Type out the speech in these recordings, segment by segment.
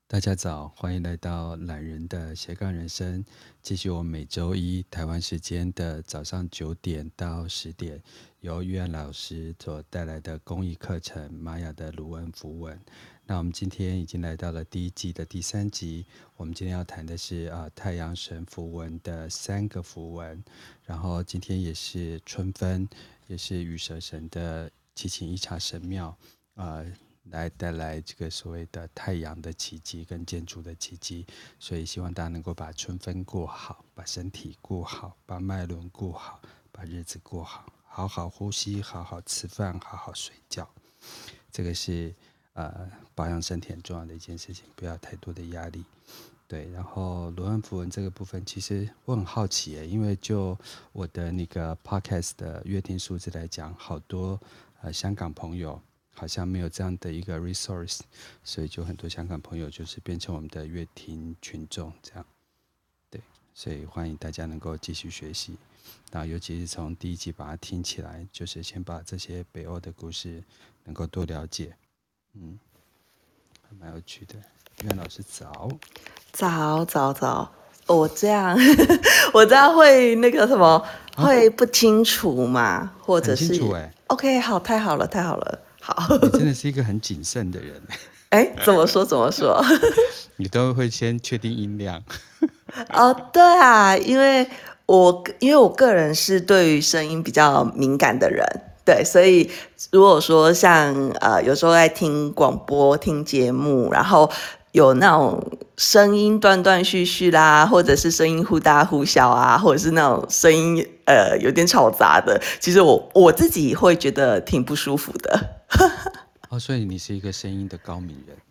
大家早，欢迎来到懒人的斜杠人生，继续我们每周一台湾时间的早上9点到10点，由玉安老师所带来的公益课程《玛雅的卢恩符文》。那我们今天已经来到了第一季的第3集，我们今天要谈的是太阳神符文的3个符文，然后今天也是春分，也是羽蛇神的奇琴伊察神庙来带来这个所谓的太阳的奇迹跟建筑的奇迹，所以希望大家能够把春分过好，把身体过好，把脉轮过好，把日子过好，好好呼吸，好好吃饭，好好睡觉，这个是保养身体很重要的一件事情，不要太多的压力。对，然后罗恩符文这个部分，其实我很好奇耶，因为就我的那个 podcast 的阅听数字来讲，好多香港朋友好像没有这样的一个 resource， 所以就很多香港朋友就是变成我们的阅听群众这样。对，所以欢迎大家能够继续学习，那尤其是从第一集把它听起来，就是先把这些北欧的故事能够多了解，还蛮有趣的。玉安老师早。 早，我这样我这样会那个什么会不清楚吗？或者是很清楚 OK， 好，太好了，好。 你真的是一个很谨慎的人。 怎么说？ 你都会先确定音量。 对啊，因为我个人是对于声音比较敏感的人，对，所以如果说像有时候在听广播、听节目，然后有那种声音断断续续啦，或者是声音忽大忽小啊，或者是那种声音有点吵杂的，其实我自己会觉得挺不舒服的。 所以你是一个声音的高敏人。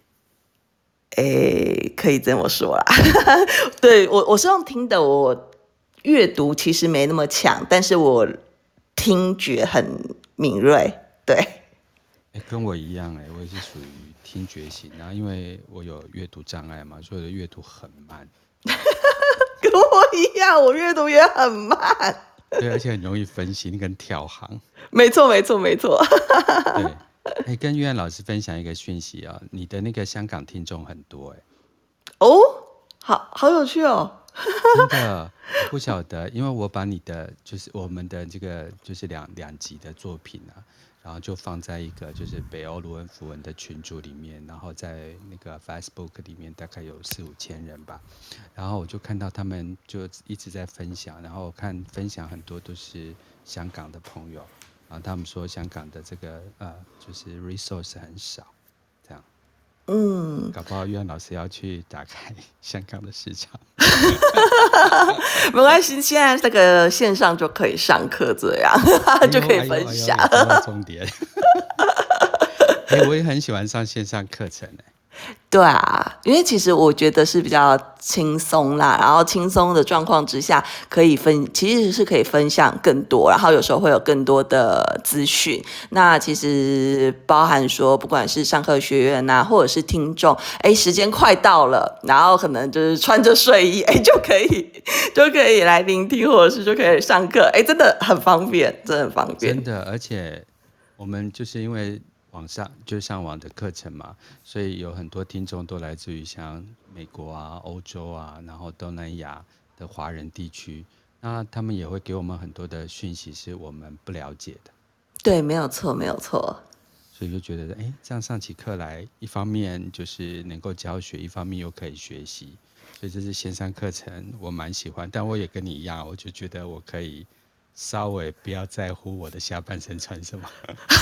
可以这么说啦。对，我是用听的，我阅读其实没那么强，但是我听觉很敏锐。对， 跟我一样我也是属于听觉型，然后因为我有阅读障碍嘛，所以我的阅读很慢。 跟我一样，我阅读也很慢。 对，而且很容易分心跟跳行。 没错。 对，跟玉安老师分享一个讯息你的那个香港听众很多哦，好有趣哦。 真的，我不晓得，因为我把你的就是我们的这个就是两集的作品然后就放在一个就是北欧卢恩符文的群组里面，然后在那个 Facebook 里面大概有4-5千人吧，然后我就看到他们就一直在分享，然后分享很多都是香港的朋友，然后他们说香港的这个就是 resource 很少，这样。搞不好玉安老师要去打开香港的市场。 没关系，现在这个线上就可以上课，这样就可以分享。 重点。我也很喜欢上线上课程对啊，因为其实我觉得是比较轻松啦，然后轻松的状况之下，其实是可以分享更多，然后有时候会有更多的资讯。那其实包含说，不管是上课学员啊，或者是听众，时间快到了，然后可能就是穿着睡衣，就可以来聆听，或者是就可以上课，真的很方便，真的很方便。 真的，而且我们就是因为上网的课程嘛，所以有很多听众都来自于像美国啊、欧洲啊，然后东南亚的华人地区，那他们也会给我们很多的讯息是我们不了解的。 对，没有错。 所以就觉得这样上起课来，一方面就是能够教学，一方面又可以学习，所以这是线上课程我蛮喜欢。但我也跟你一样，我就觉得我可以稍微不要在乎我的下半身穿什么。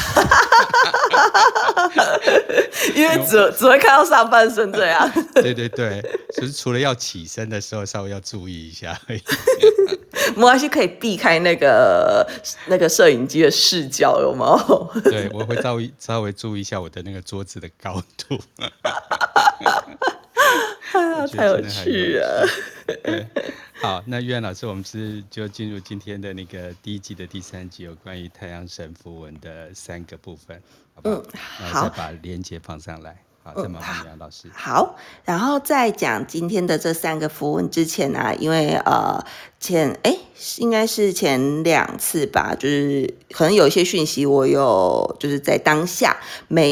因为只会看到上半身这样。 对，就是除了要起身的时候稍微要注意一下而已。 没关系，可以避开那个摄影机的视角，有没有？ 对，我会稍微注意一下我的那个桌子的高度。 太有趣了。 对，好，那玉安老师，我们就进入今天的那个第一季的第3集，有关于太阳神符文的3个部分，好不好？ 好， 再把连结放上来。好，再麻烦玉安老师。 好，然后在讲今天的这3个符文之前啊，因为应该是前2次吧，就是可能有一些讯息我有就是在当下没有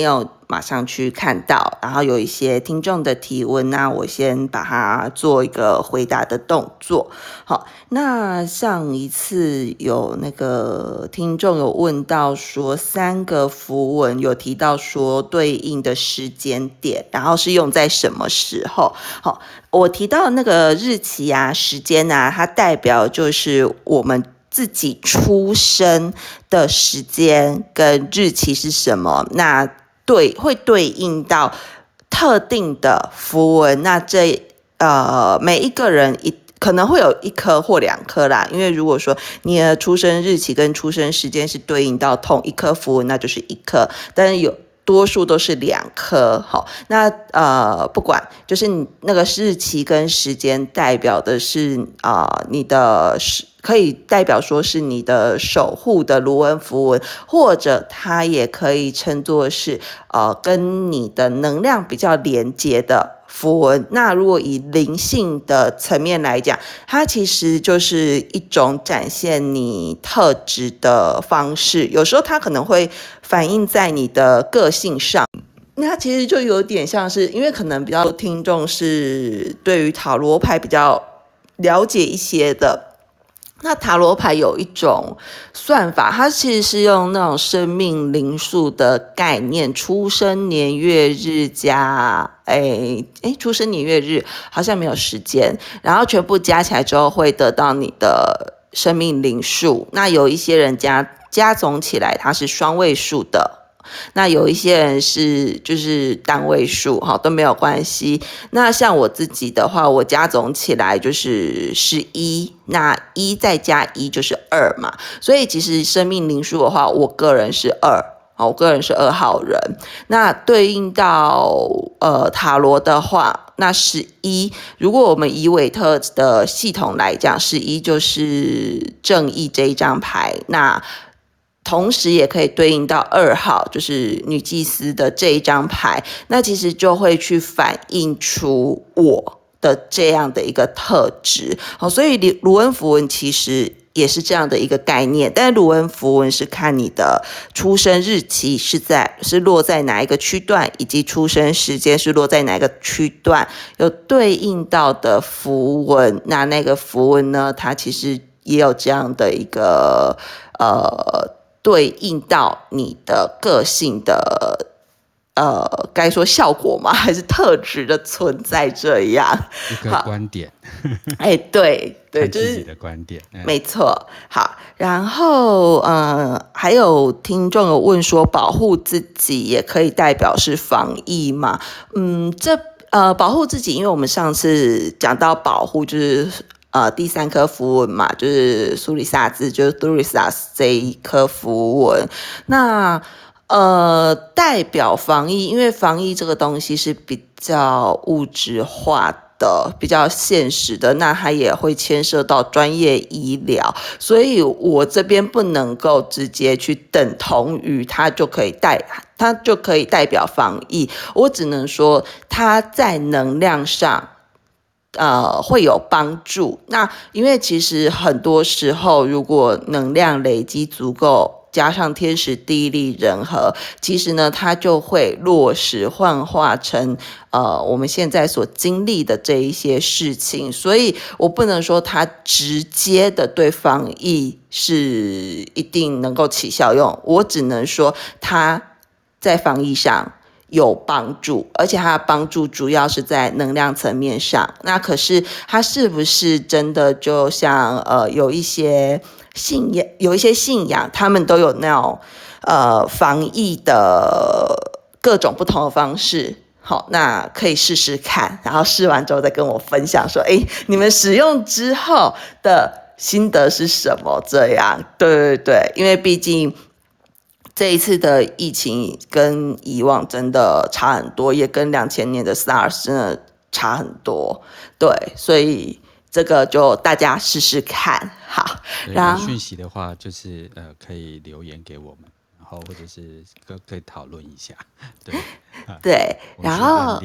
马上去看到，然后有一些听众的提问，那我先把它做一个回答的动作。好，那上一次有那个听众有问到说3个符文有提到说对应的时间点，然后是用在什么时候。好，我提到那个日期啊、时间啊，它代表就是我们自己出生的时间跟日期是什么，那会对应到特定的符文。那每一个人可能会有1颗或2颗啦，因为如果说你的出生日期跟出生时间是对应到同一颗符文，那就是1颗，但是多数都是2颗。好，那不管就是你那个日期跟时间代表的是你的可以代表说是你的守护的卢恩符文，或者它也可以称作是跟你的能量比较连接的符文。那如果以灵性的层面来讲，它其实就是一种展现你特质的方式，有时候它可能会反映在你的个性上。那其实就有点像是，因为可能比较多听众是对于塔罗牌比较了解一些的，那塔罗牌有一种算法，它其实是用那种生命灵数的概念，出生年月日加出生年月日好像没有时间，然后全部加起来之后会得到你的生命灵数。那有一些人加总起来它是双位数的，那有一些人是就是单位数，都没有关系。那像我自己的话，我加总起来就是11，那1再加1就是2嘛，所以其实生命灵数的话，我个人是2。我个人是2号人。那对应到塔罗的话，那11，如果我们以韦特的系统来讲，11就是正义这一张牌，那同时也可以对应到2号，就是女祭司的这一张牌，那其实就会去反映出我的这样的一个特质。所以卢恩符文其实也是这样的一个概念，但是卢恩符文是看你的出生日期是落在哪一个区段，以及出生时间是落在哪一个区段，有对应到的符文。那个符文呢，它其实也有这样的一个对应到你的个性的该说效果吗？还是特质的存在这样？ 一个观点。 对， 就是自己的观点。 没错。好，然后还有听众有问说，保护自己也可以代表是防疫吗？保护自己，因为我们上次讲到保护就是第3颗符文嘛，就是苏里萨兹，就是 Thurisaz 这一颗符文。那代表防疫，因为防疫这个东西是比较物质化的，比较现实的，那它也会牵涉到专业医疗，所以我这边不能够直接去等同于它就可以代表防疫，我只能说它在能量上会有帮助。那因为其实很多时候，如果能量累积足够，加上天时地利人和，其实呢，它就会落实幻化成我们现在所经历的这一些事情。所以我不能说它直接的对防疫是一定能够起效用，我只能说它在防疫上有帮助，而且它的帮助主要是在能量层面上。那可是它是不是真的就像有一些信仰，他们都有那种防疫的各种不同的方式。好，那可以试试看，然后试完之后再跟我分享说，你们使用之后的心得是什么？这样，对，因为毕竟这一次的疫情跟以往真的差很多，也跟2000年的 SARS 真的差很多，对，所以这个就大家试试看。好， 然后讯息的话，就是可以留言给我们，然后或者是可以讨论一下， 对，然后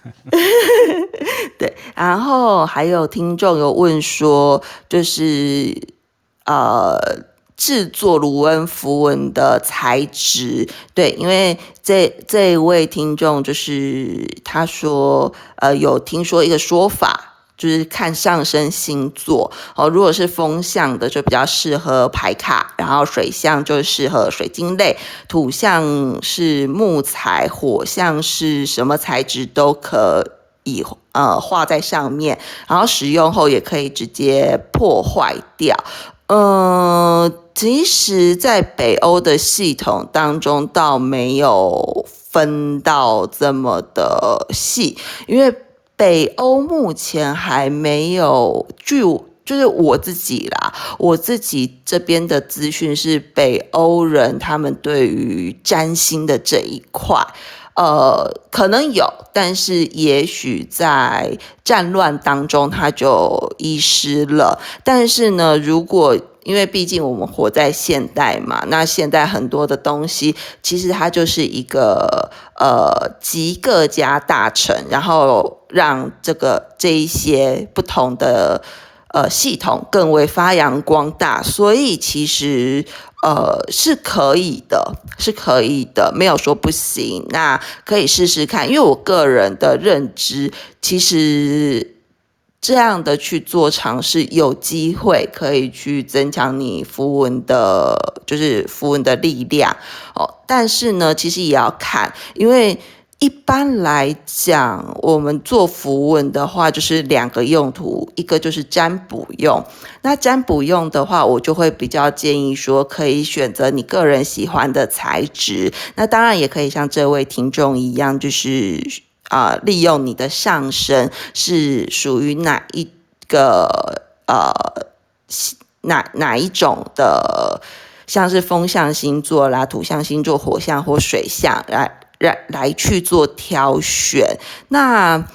对，然后还有听众有问说，就是制作卢恩符文的材质。对，因为这一位听众就是他说，有听说一个说法。就是看上升星座如果是风象的就比较适合牌卡，然后水象就适合水晶类，土象是木材，火象是什么材质都可以画在上面，然后使用后也可以直接破坏掉。其实在北欧的系统当中倒没有分到这么的细，因为北欧目前还没有，就是我自己啦，我自己这边的资讯是北欧人他们对于占星的这一块可能有，但是也许在战乱当中它就遗失了。但是呢，因为毕竟我们活在现代嘛，那现代很多的东西其实它就是一个集各家大成，然后让这一些不同的系统更为发扬光大，所以其实是可以的，没有说不行，那可以试试看。因为我个人的认知，其实这样的去做尝试，有机会可以去增强你符文的力量但是呢，其实也要看，因为一般来讲，我们做符文的话，就是两个用途，一个就是占卜用。那占卜用的话，我就会比较建议说，可以选择你个人喜欢的材质。那当然也可以像这位听众一样，就是利用你的上升是属于哪一个哪一种的，像是风象星座啦、土象星座、火象或水象来去做挑选。那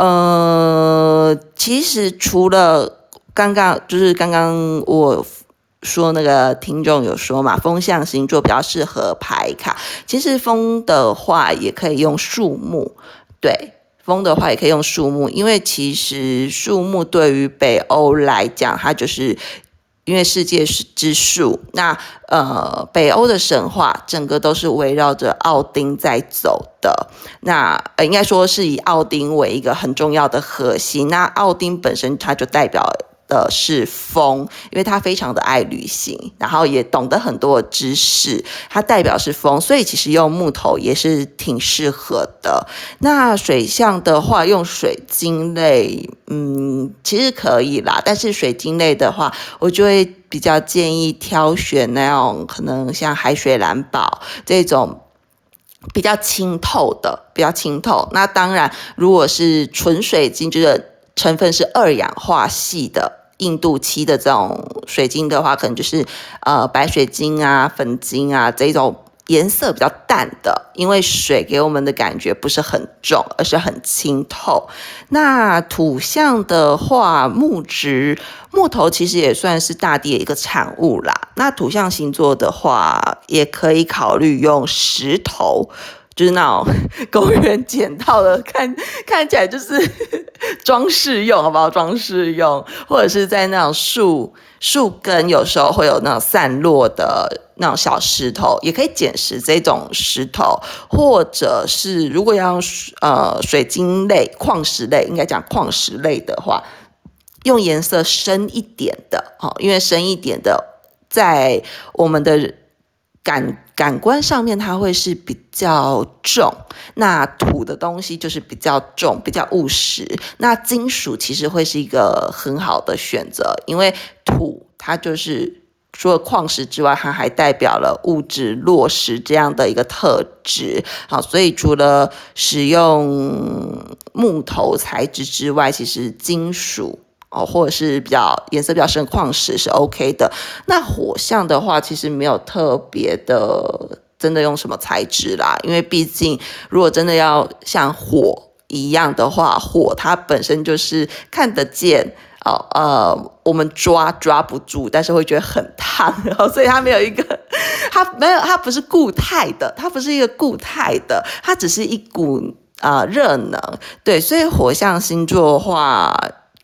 其实除了刚刚我说那个听众有说嘛，风象星座比较适合牌卡，其实风的话也可以用树木，对。风的话也可以用树木，因为其实树木对于北欧来讲，它就是因为世界之树，那北欧的神话整个都是围绕着奥丁在走的，那应该说是以奥丁为一个很重要的核心。那奥丁本身它就代表的是风，因为他非常的爱旅行，然后也懂得很多知识，它代表是风，所以其实用木头也是挺适合的。那水象的话，用水晶类，其实可以啦，但是水晶类的话，我就会比较建议挑选那种可能像海水蓝宝这种比较清透。那当然，如果是纯水晶，就是成分是二氧化系的硬度7的这种水晶的话，可能就是白水晶啊、粉晶啊这种颜色比较淡的，因为水给我们的感觉不是很重，而是很清透。那土象的话，木头其实也算是大地的一个产物啦。那土象星座的话，也可以考虑用石头。就是那种公园捡到的，看起来就是装饰用，好不好？装饰用，或者是在那种树根，有时候会有那种散落的那种小石头，也可以捡拾这种石头，或者是如果要用水晶类、矿石类，应该讲矿石类的话，用颜色深一点的，因为深一点的在我们的感官上面它会是比较重，那土的东西就是比较重，比较务实。那金属其实会是一个很好的选择，因为土它就是除了矿石之外，它还代表了物质落实这样的一个特质。好，所以除了使用木头材质之外，其实金属或者是颜色比较深的矿石是 OK 的。那火象的话，其实没有特别的真的用什么材质啦，因为毕竟如果真的要像火一样的话，火它本身就是看得见我们抓不住，但是会觉得很烫，所以它没有一个它不是固态的，它不是一个固态的，它只是一股热能。对，所以火象星座的话，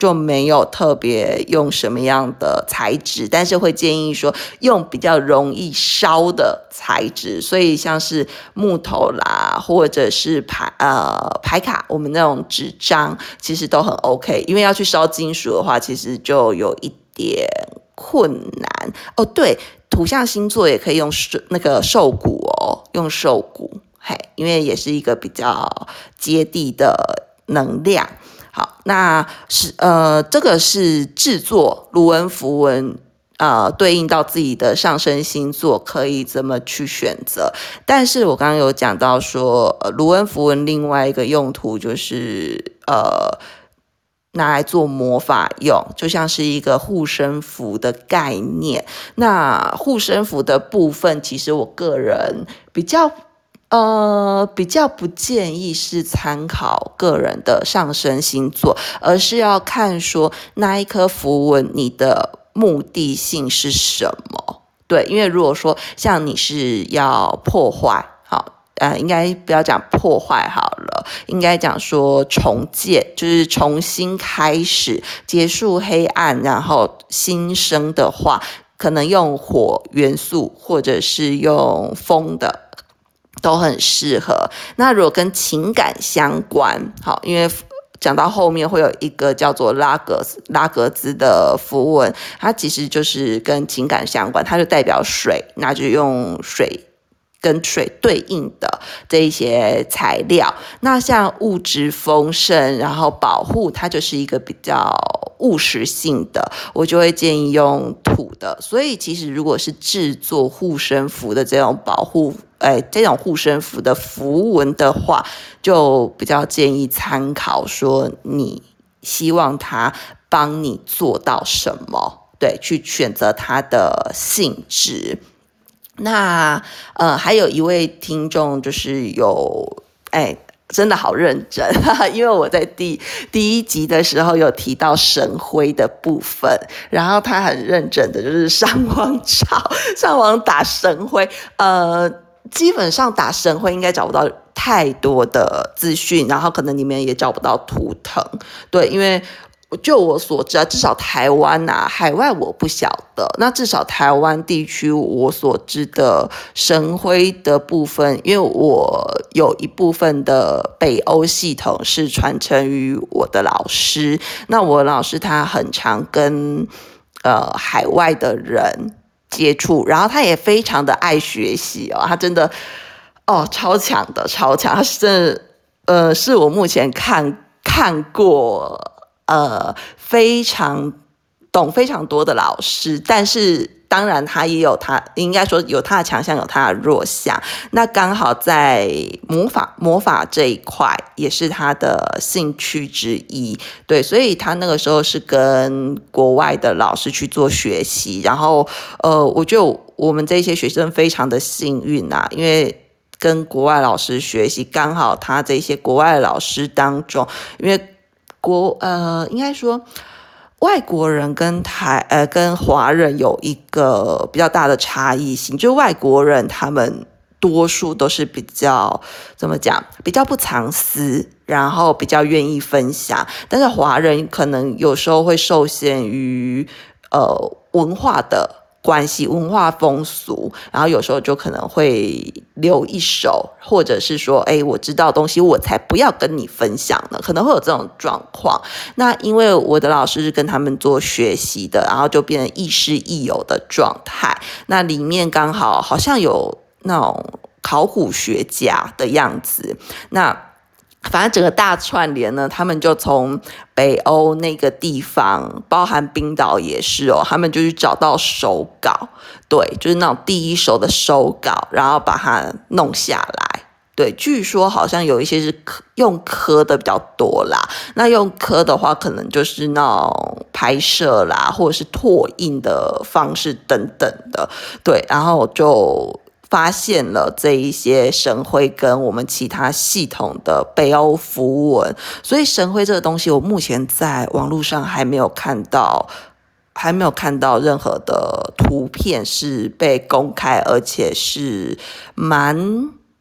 就没有特别用什么样的材质，但是会建议说用比较容易烧的材质，所以像是木头啦，或者是牌卡，我们那种纸张其实都很 OK， 因为要去烧金属的话，其实就有一点困难哦。对，土象星座也可以用那个兽骨哦，用兽骨，因为也是一个比较接地的能量。好，那是这个是制作卢恩符文，对应到自己的上升星座可以怎么去选择。但是我刚刚有讲到说，卢恩符文另外一个用途就是拿来做魔法用，就像是一个护身符的概念。那护身符的部分，其实我个人比较不建议是参考个人的上升星座，而是要看说那一颗符文你的目的性是什么。对，因为如果说像你是要破坏，应该不要讲破坏好了，应该讲说重建，就是重新开始，结束黑暗，然后新生的话，可能用火元素或者是用风的都很适合。那如果跟情感相关，因为讲到后面会有一个叫做拉格兹的符文，它其实就是跟情感相关，它就代表水，那就用水跟水对应的这一些材料。那像物质丰盛，然后保护，它就是一个比较务实性的，我就会建议用土的。所以其实如果是制作护身符的这种这种护身符的符文的话，就比较建议参考说你希望它帮你做到什么，对，去选择它的性质。那还有一位听众就是真的好认真，因为我在第一集的时候有提到神徽的部分，然后他很认真的就是上网打神徽，基本上打神徽应该找不到太多的资讯，然后可能你们也找不到图腾，对，因为就我所知至少台湾海外我不晓得。那至少台湾地区我所知的神徽的部分，因为我有一部分的北欧系统是传承于我的老师，那我老师他很常跟海外的人接触，然后他也非常的爱学习他真的超强，他是真的是我目前看过非常多的老师，但是当然他也有应该说有他的强项，有他的弱项。那刚好在魔法这一块也是他的兴趣之一，对，所以他那个时候是跟国外的老师去做学习，然后我觉得我们这些学生非常的幸运因为跟国外老师学习，刚好他这些国外老师当中，因为应该说外国人跟华人有一个比较大的差异性，就是外国人他们多数都是比较怎么讲，比较不藏私，然后比较愿意分享，但是华人可能有时候会受限于文化的关系，文化风俗，然后有时候就可能会留一手，或者是说我知道的东西我才不要跟你分享呢，可能会有这种状况。那因为我的老师是跟他们做学习的，然后就变成亦师亦友的状态，那里面刚好像有那种考古学家的样子，那反正整个大串联呢，他们就从北欧那个地方，包含冰岛也是他们就去找到手稿，对，就是那种第一手的手稿，然后把它弄下来。对，据说好像有一些是用刻的比较多啦，那用刻的话，可能就是那种拍摄啦，或者是拓印的方式等等的，对，然后就发现了这一些神徽跟我们其他系统的北欧符文，所以神徽这个东西，我目前在网络上还没有看到任何的图片是被公开，而且是蛮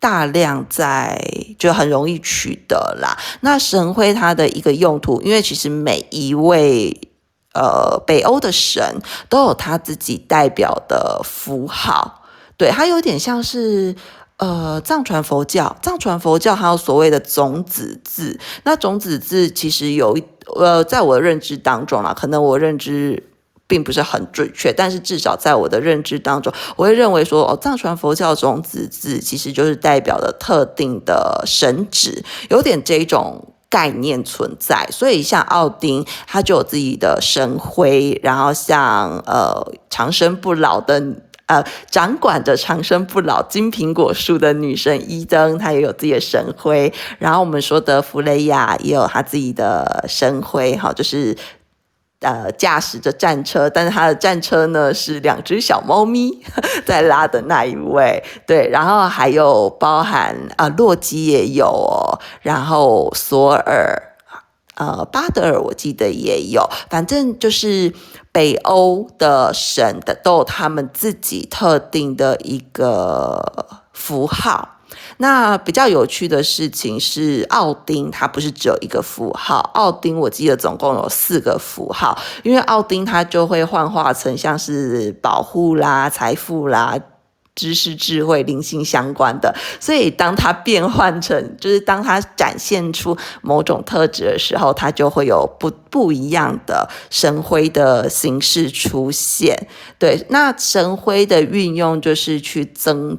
大量就很容易取得啦。那神灰它的一个用途，因为其实每一位北欧的神都有他自己代表的符号，对，它有点像是藏传佛教还有所谓的种子字。那种子字其实在我的认知当中啦，可能我认知并不是很准确，但是至少在我的认知当中，我会认为说，藏传佛教种子字其实就是代表的特定的神旨，有点这种概念存在。所以像奥丁他就有自己的神徽，然后像长生不老的掌管着长生不老金苹果树的女神伊登，她也有自己的神徽。然后我们说的弗雷亚也有她自己的神徽，就是驾驶着战车，但是他的战车呢是2只小猫咪在拉的那一位。对，然后还有包含洛基也有哦，然后索尔巴德尔我记得也有，反正就是北欧的神的都有他们自己特定的一个符号。那比较有趣的事情是，奥丁它不是只有一个符号，奥丁我记得总共有4个符号，因为奥丁它就会幻化成像是保护啦、财富啦、知识、智慧、灵性相关的，所以当它变换成，就是当它展现出某种特质的时候，它就会有不一样的神徽的形式出现。对，那神徽的运用就是去增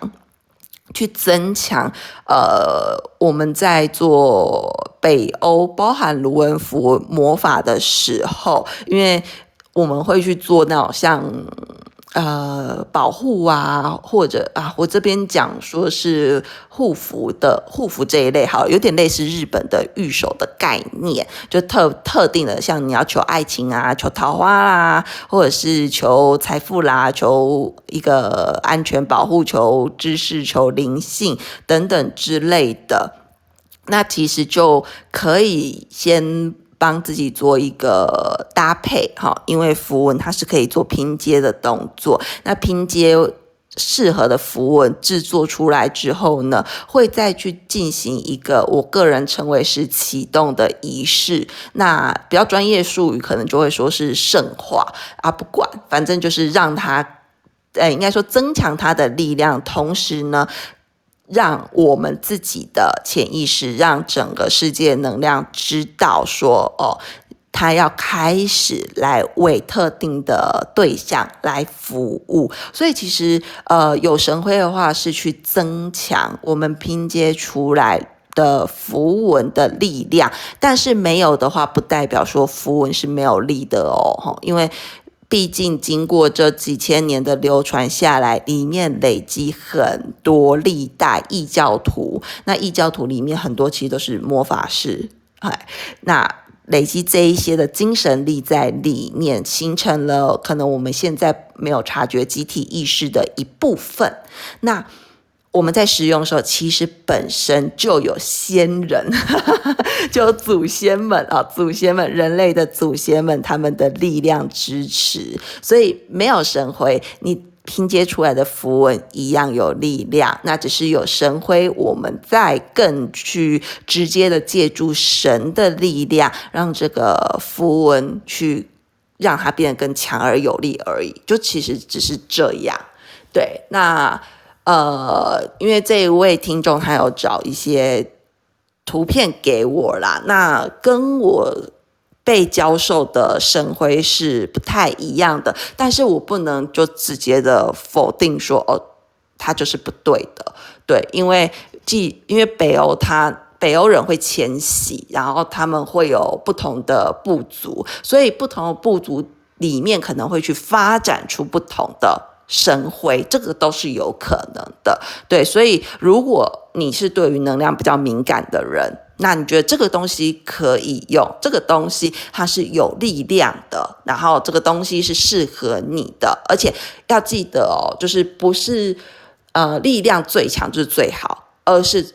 强我们在做北欧包含卢恩符魔法的时候，因为我们会去做那种像保护啊，或者我这边讲说是护符这一类，好，有点类似日本的御守的概念，就特定的，像你要求爱情啊，求桃花啦，或者是求财富啦，求一个安全保护，求知识，求灵性等等之类的，那其实就可以先帮自己做一个搭配，因为符文它是可以做拼接的动作，那拼接适合的符文制作出来之后呢，会再去进行一个我个人称为是启动的仪式，那比较专业术语可能就会说是圣化不管，反正就是让它应该说增强它的力量，同时呢让我们自己的潜意识，让整个世界能量知道说他要开始来为特定的对象来服务。所以其实有神徽的话是去增强我们拼接出来的符文的力量，但是没有的话不代表说符文是没有力的哦，因为毕竟经过这几千年的流传下来，里面累积很多历代异教徒，那异教徒里面很多其实都是魔法师，那累积这一些的精神力在里面，形成了可能我们现在没有察觉集体意识的一部分。那我们在使用的时候，其实本身就有先人就有祖先们人类的祖先们他们的力量支持，所以没有神徽你拼接出来的符文一样有力量，那只是有神徽我们再更去直接的借助神的力量，让这个符文去让它变得更强而有力而已，就其实只是这样。对，那因为这一位听众他有找一些图片给我啦，那跟我被教授的神徽是不太一样的，但是我不能就直接的否定说它就是不对的。对，因为北欧人会迁徙，然后他们会有不同的部族，所以不同的部族里面可能会去发展出不同的神徽，这个都是有可能的。对，所以如果你是对于能量比较敏感的人，那你觉得这个东西可以用，这个东西它是有力量的，然后这个东西是适合你的，而且要记得就是不是力量最强就是最好，而是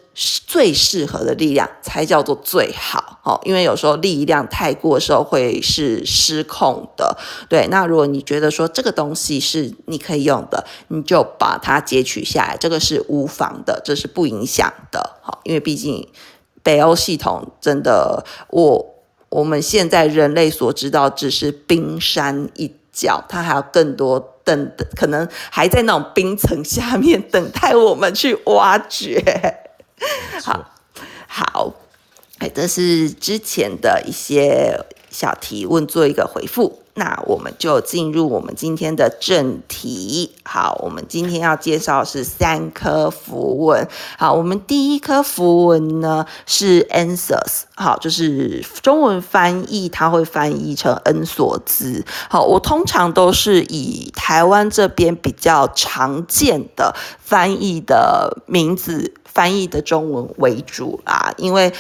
最适合的力量才叫做最好，因为有时候力量太过的时候会是失控的。对，那如果你觉得说这个东西是你可以用的，你就把它截取下来，这个是无妨的，这是不影响的。因为毕竟北欧系统真的，我们现在人类所知道只是冰山一角，它还有更多可能还在那种冰层下面等待我们去挖掘。好，这是之前的一些小提问做一个回复，那我们就进入我们今天的正题。好，我们今天要介绍的是3颗符文。好，我们第一颗符文呢是 Ansuz， 好，就是中文翻译它会翻译成恩索兹。好，我通常都是以台湾这边比较常见的翻译的名字翻译的中文为主啦，因为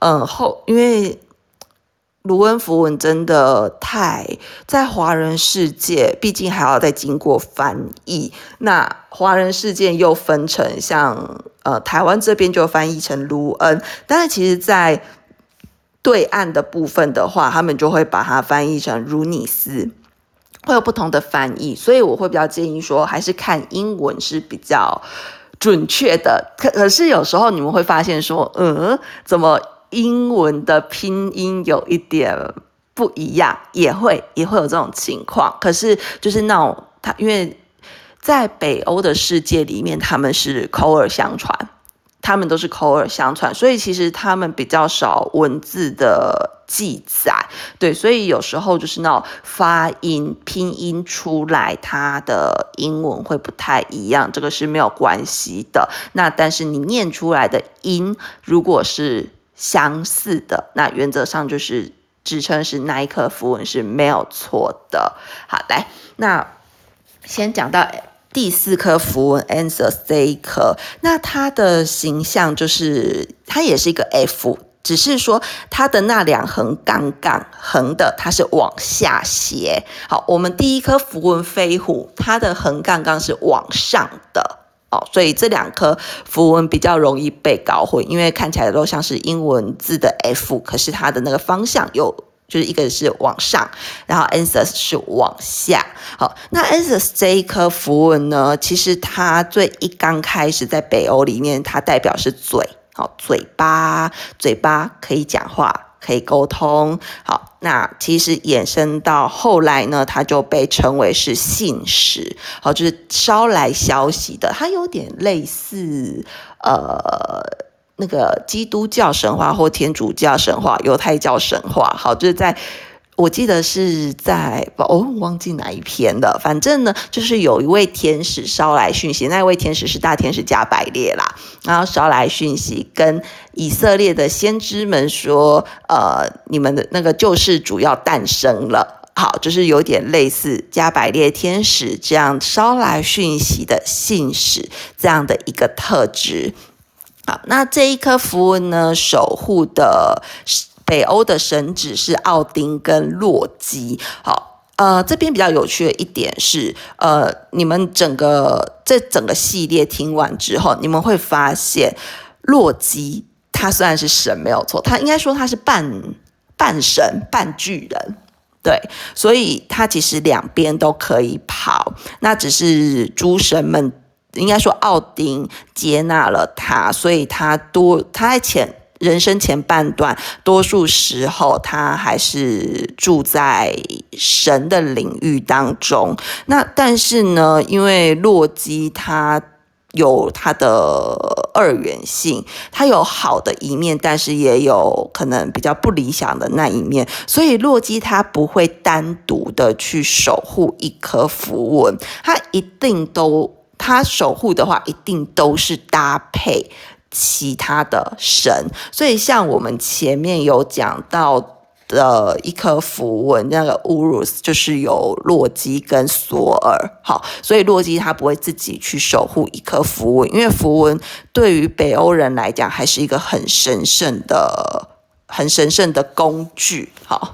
卢恩符文真的在华人世界，毕竟还要再经过翻译。那华人世界又分成像台湾这边就翻译成卢恩，但是其实在对岸的部分的话，他们就会把它翻译成如尼斯，会有不同的翻译。所以我会比较建议说，还是看英文是比较准确的。可是有时候你们会发现说，怎么英文的拼音有一点不一样，也会有这种情况。可是就是那种因为在北欧的世界里面，他们是口耳相传，他们都是口耳相传，所以其实他们比较少文字的记载。对，所以有时候就是那种发音拼音出来，它的英文会不太一样，这个是没有关系的。那但是你念出来的音如果是相似的，那原则上就是指称是那一颗符文是没有错的。好，来，那先讲到第4颗符文 Ansuz 这一颗，那它的形象就是它也是一个 F， 只是说它的那2横杠杠横的它是往下斜。好，我们第一颗符文飞虎，它的横杠杠是往上的。所以这2颗符文比较容易被搞混，因为看起来都像是英文字的 F， 可是它的那个方向就是一个是往上，然后 Ansuz 是往下。好，那 Ansuz 这一颗符文呢，其实它刚开始在北欧里面，它代表是嘴，嘴巴可以讲话，可以沟通。好，那其实衍生到后来呢，它就被称为是信使，好，就是捎来消息的，它有点类似那个基督教神话或天主教神话、犹太教神话。好，就是我记得是忘记哪一篇了，反正呢就是有一位天使捎来讯息，那位天使是大天使加百列啦，然后捎来讯息跟以色列的先知们说，你们的那个救世主要诞生了。好，就是有点类似加百列天使这样捎来讯息的信使这样的一个特质。好，那这一颗符文呢，守护的北欧的神祇是奥丁跟洛基。好，这边比较有趣的一点是，你们整个系列听完之后，你们会发现洛基他虽然是神没有错，他应该说他是半神半巨人。对，所以他其实2边都可以跑，那只是诸神们应该说奥丁接纳了他，所以他在人生前半段多数时候他还是住在神的领域当中。那但是呢，因为洛基他有他的2元性，他有好的一面，但是也有可能比较不理想的那一面，所以洛基他不会单独的去守护一颗符文，他守护的话一定都是搭配其他的神。所以像我们前面有讲到的一颗符文，那个乌鲁斯就是有洛基跟索尔。好，所以洛基他不会自己去守护一颗符文，因为符文对于北欧人来讲还是一个很神圣的工具。好，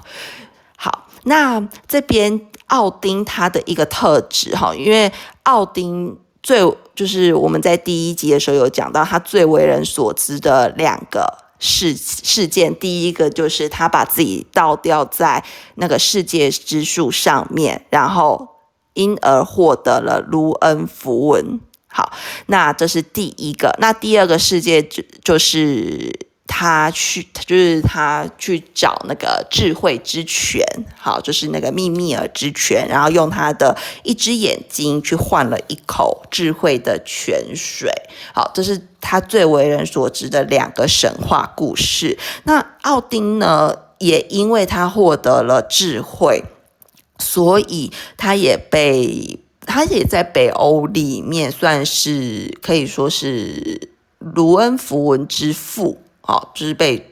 那这边奥丁他的一个特质，因为奥丁就是我们在第1集的时候有讲到，他最为人所知的2个事件，第一个就是他把自己倒吊在那个世界之树上面，然后因而获得了卢恩符文。好，那这是第一个。那第二个事件就是他去找那个智慧之泉，好，就是那个秘密尔之泉，然后用他的一只眼睛去换了一口智慧的泉水。好，这是他最为人所知的2个神话故事。那奥丁呢，也因为他获得了智慧，所以他也在北欧里面算是可以说是卢恩符文之父。好，就是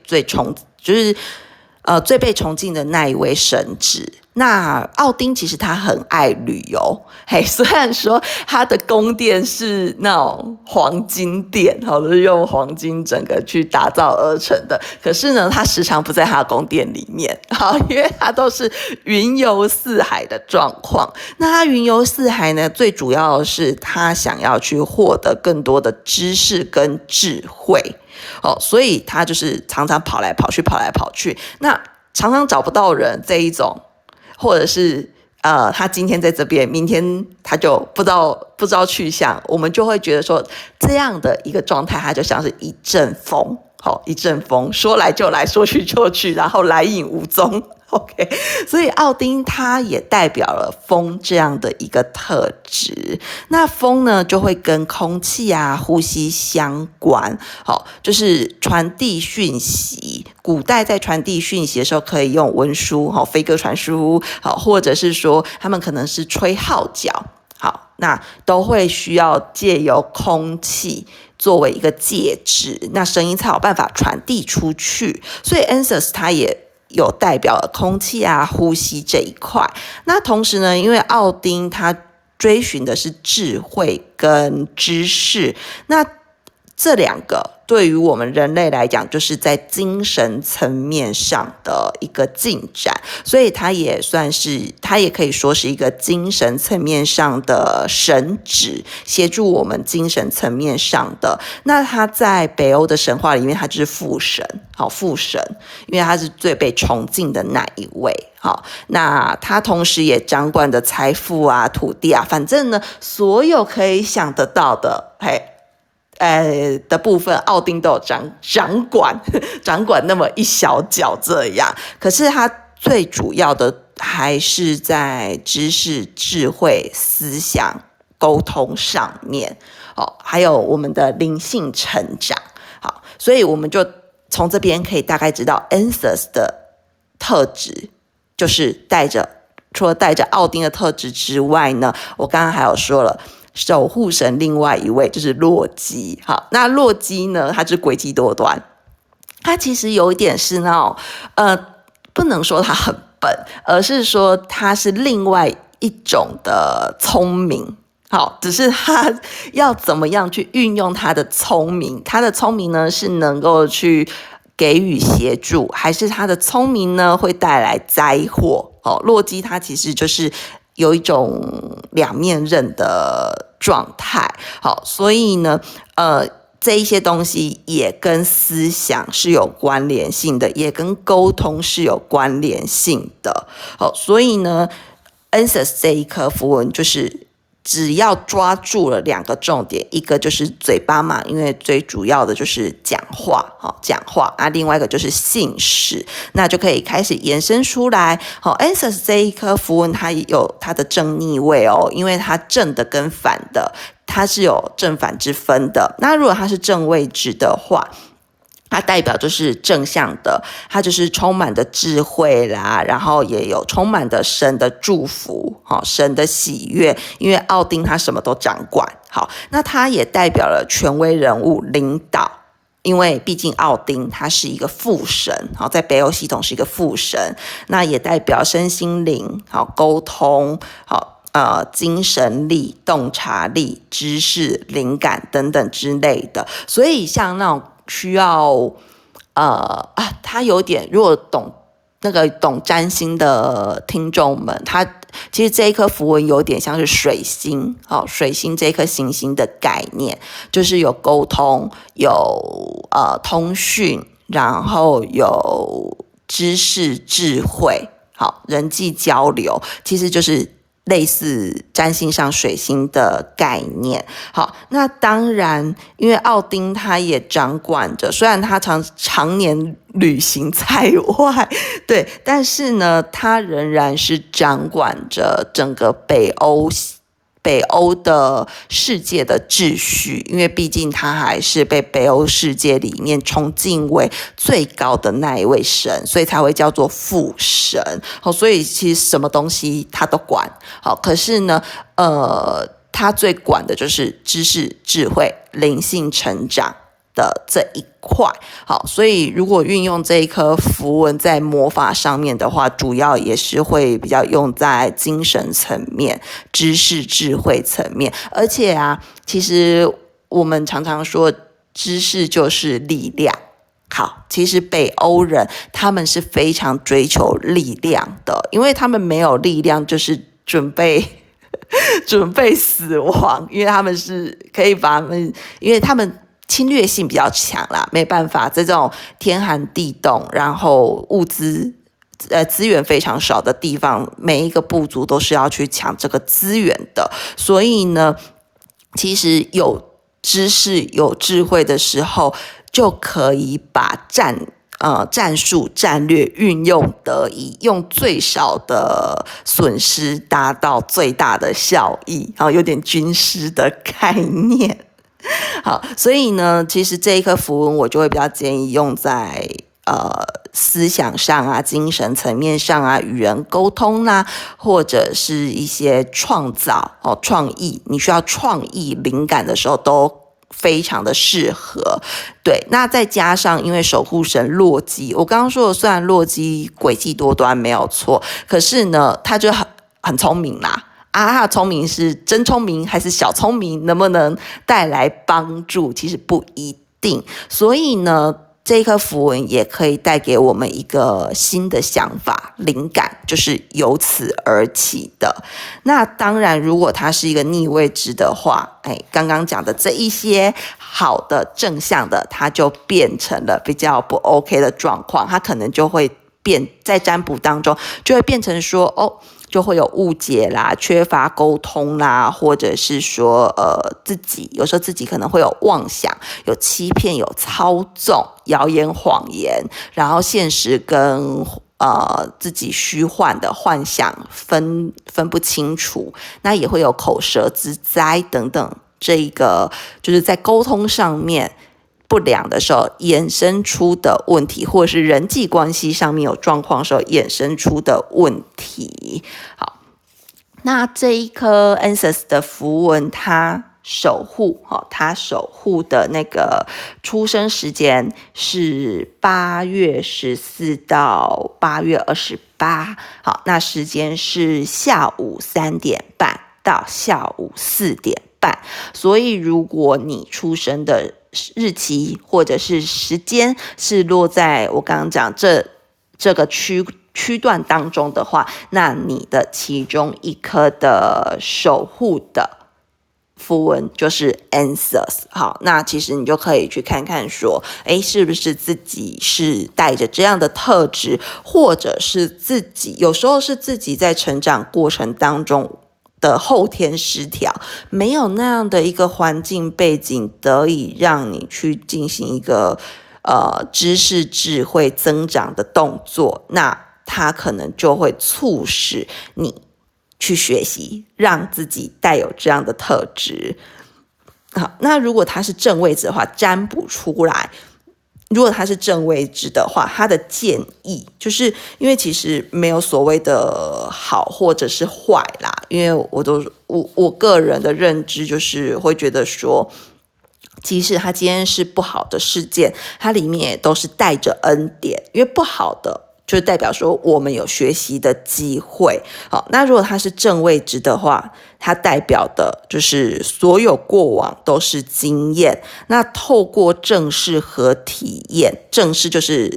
最被崇敬的那一位神祇。那奥丁其实他很爱旅游，虽然说他的宫殿是那种黄金殿，就是用黄金整个去打造而成的，可是呢，他时常不在他的宫殿里面，因为他都是云游四海的状况。那他云游四海呢，最主要的是他想要去获得更多的知识跟智慧。所以他就是常常跑来跑去，那常常找不到人这一种，或者是他今天在这边，明天他就不知道去向，我们就会觉得说这样的一个状态，它就像是一阵风，一阵风说来就来，说去就去，然后来影无踪。OK， 所以奥丁他也代表了风这样的一个特质。那风呢，就会跟空气啊、呼吸相关，就是传递讯息。古代在传递讯息的时候，可以用文书，飞鸽传书，或者是说他们可能是吹号角，好，那都会需要借由空气作为一个介质，那声音才有办法传递出去。所以 Ansys 他也有代表了空气啊、呼吸这一块。那同时呢，因为奥丁他追寻的是智慧跟知识，那这2个对于我们人类来讲，就是在精神层面上的一个进展，所以它也可以说是一个精神层面上的神祇，协助我们精神层面上的。那他在北欧的神话里面，他就是父神，因为他是最被崇敬的那一位。那他同时也掌管的财富啊、土地啊，反正呢，所有可以想得到的，的部分，奥丁都有掌管那么一小角这样。可是他最主要的还是在知识、智慧、思想、沟通上面，还有我们的灵性成长。好，所以我们就从这边可以大概知道 Ansys 的特质，就是除了带着奥丁的特质之外呢，我刚刚还有说了。守护神另外一位就是洛基。好，那洛基呢，他就是诡计多端，他其实有一点是那种不能说他很笨，而是说他是另外一种的聪明。好，只是他要怎么样去运用他的聪明，他的聪明呢是能够去给予协助，还是他的聪明呢会带来灾祸。洛基他其实就是有一种两面刃的状态。好，所以呢这一些东西也跟思想是有关联性的，也跟沟通是有关联性的。好，所以呢 Ansys 这一颗符文就是只要抓住了2个重点，一个就是嘴巴嘛，因为最主要的就是讲话啊，另外一个就是信使，那就可以开始延伸出来。Ansys 这一颗符文它有它的正逆位因为它正的跟反的它是有正反之分的。那如果它是正位置的话，它代表就是正向的，它就是充满的智慧啦，然后也有充满的神的祝福，神的喜悦，因为奥丁他什么都掌管。好，那它也代表了权威人物领导，因为毕竟奥丁他是一个父神，在北欧系统是一个父神，那也代表身心灵，沟通，精神力、洞察力、知识、灵感等等之类的。所以像那种需要他有点如果懂那个懂占星的听众们，它其实这一颗符文有点像是水星，水星这颗行星的概念，就是有沟通，有通讯，然后有知识、智慧，人际交流，其实就是类似占星上水星的概念。好，那当然因为奥丁他也掌管着，虽然他常年旅行在外，对，但是呢他仍然是掌管着整个北欧的世界的秩序，因为毕竟他还是被北欧世界里面崇敬为最高的那一位神，所以才会叫做父神。所以其实什么东西他都管。可是呢他最管的就是知识、智慧、灵性成长的这一块。好，所以如果运用这一颗符文在魔法上面的话，主要也是会比较用在精神层面、知识、智慧层面。而且其实我们常常说知识就是力量。好，其实北欧人他们是非常追求力量的，因为他们没有力量就是准备死亡，因为他们是可以把他们，因为他们侵略性比较强啦，没办法，在这种天寒地冻，然后物资资源非常少的地方，每一个部族都是要去抢这个资源的。所以呢，其实有知识、有智慧的时候，就可以把战术、战略运用得宜，用最少的损失达到最大的效益，有点军师的概念。好，所以呢，其实这一颗符文我就会比较建议用在思想上精神层面上与人沟通或者是一些创造创意，你需要创意灵感的时候都非常的适合。对，那再加上因为守护神洛基，我刚刚说的虽然洛基诡计多端没有错，可是呢他就很聪明啦。他的聪明是真聪明还是小聪明，能不能带来帮助其实不一定。所以呢这一颗符文也可以带给我们一个新的想法、灵感，就是由此而起的。那当然如果它是一个逆位置的话，刚刚讲的这一些好的正向的，它就变成了比较不 OK 的状况，它可能就会在占卜当中就会变成说就会有误解啦，缺乏沟通啦，或者是说有时候自己可能会有妄想、有欺骗、有操纵、谣言、谎言，然后现实跟自己虚幻的幻想分不清楚，那也会有口舌之灾等等，这一个就是在沟通上面不良的时候衍生出的问题，或者是人际关系上面有状况的时候衍生出的问题。好，那这一颗 Ancestors 的符文，它守护的那个出生时间是8月14到8月28。好，那时间是下午3点半到下午4点半。所以如果你出生的日期或者是时间是落在我刚刚讲这个区段当中的话，那你的其中一颗的守护的符文就是 Ancestors。 好，那其实你就可以去看看说是不是自己是带着这样的特质，或者是自己有时候是自己在成长过程当中的后天失调，没有那样的一个环境背景得以让你去进行一个知识智慧增长的动作，那它可能就会促使你去学习，让自己带有这样的特质。好，那如果它是正位置的话，占卜出来如果它是正位置的话，它的建议就是因为其实没有所谓的好或者是坏啦，因为我个人的认知就是会觉得说，即使它今天是不好的事件，它里面也都是带着恩典，因为不好的就代表说我们有学习的机会。好，那如果它是正位置的话，它代表的就是所有过往都是经验，那透过正视和体验，正视就是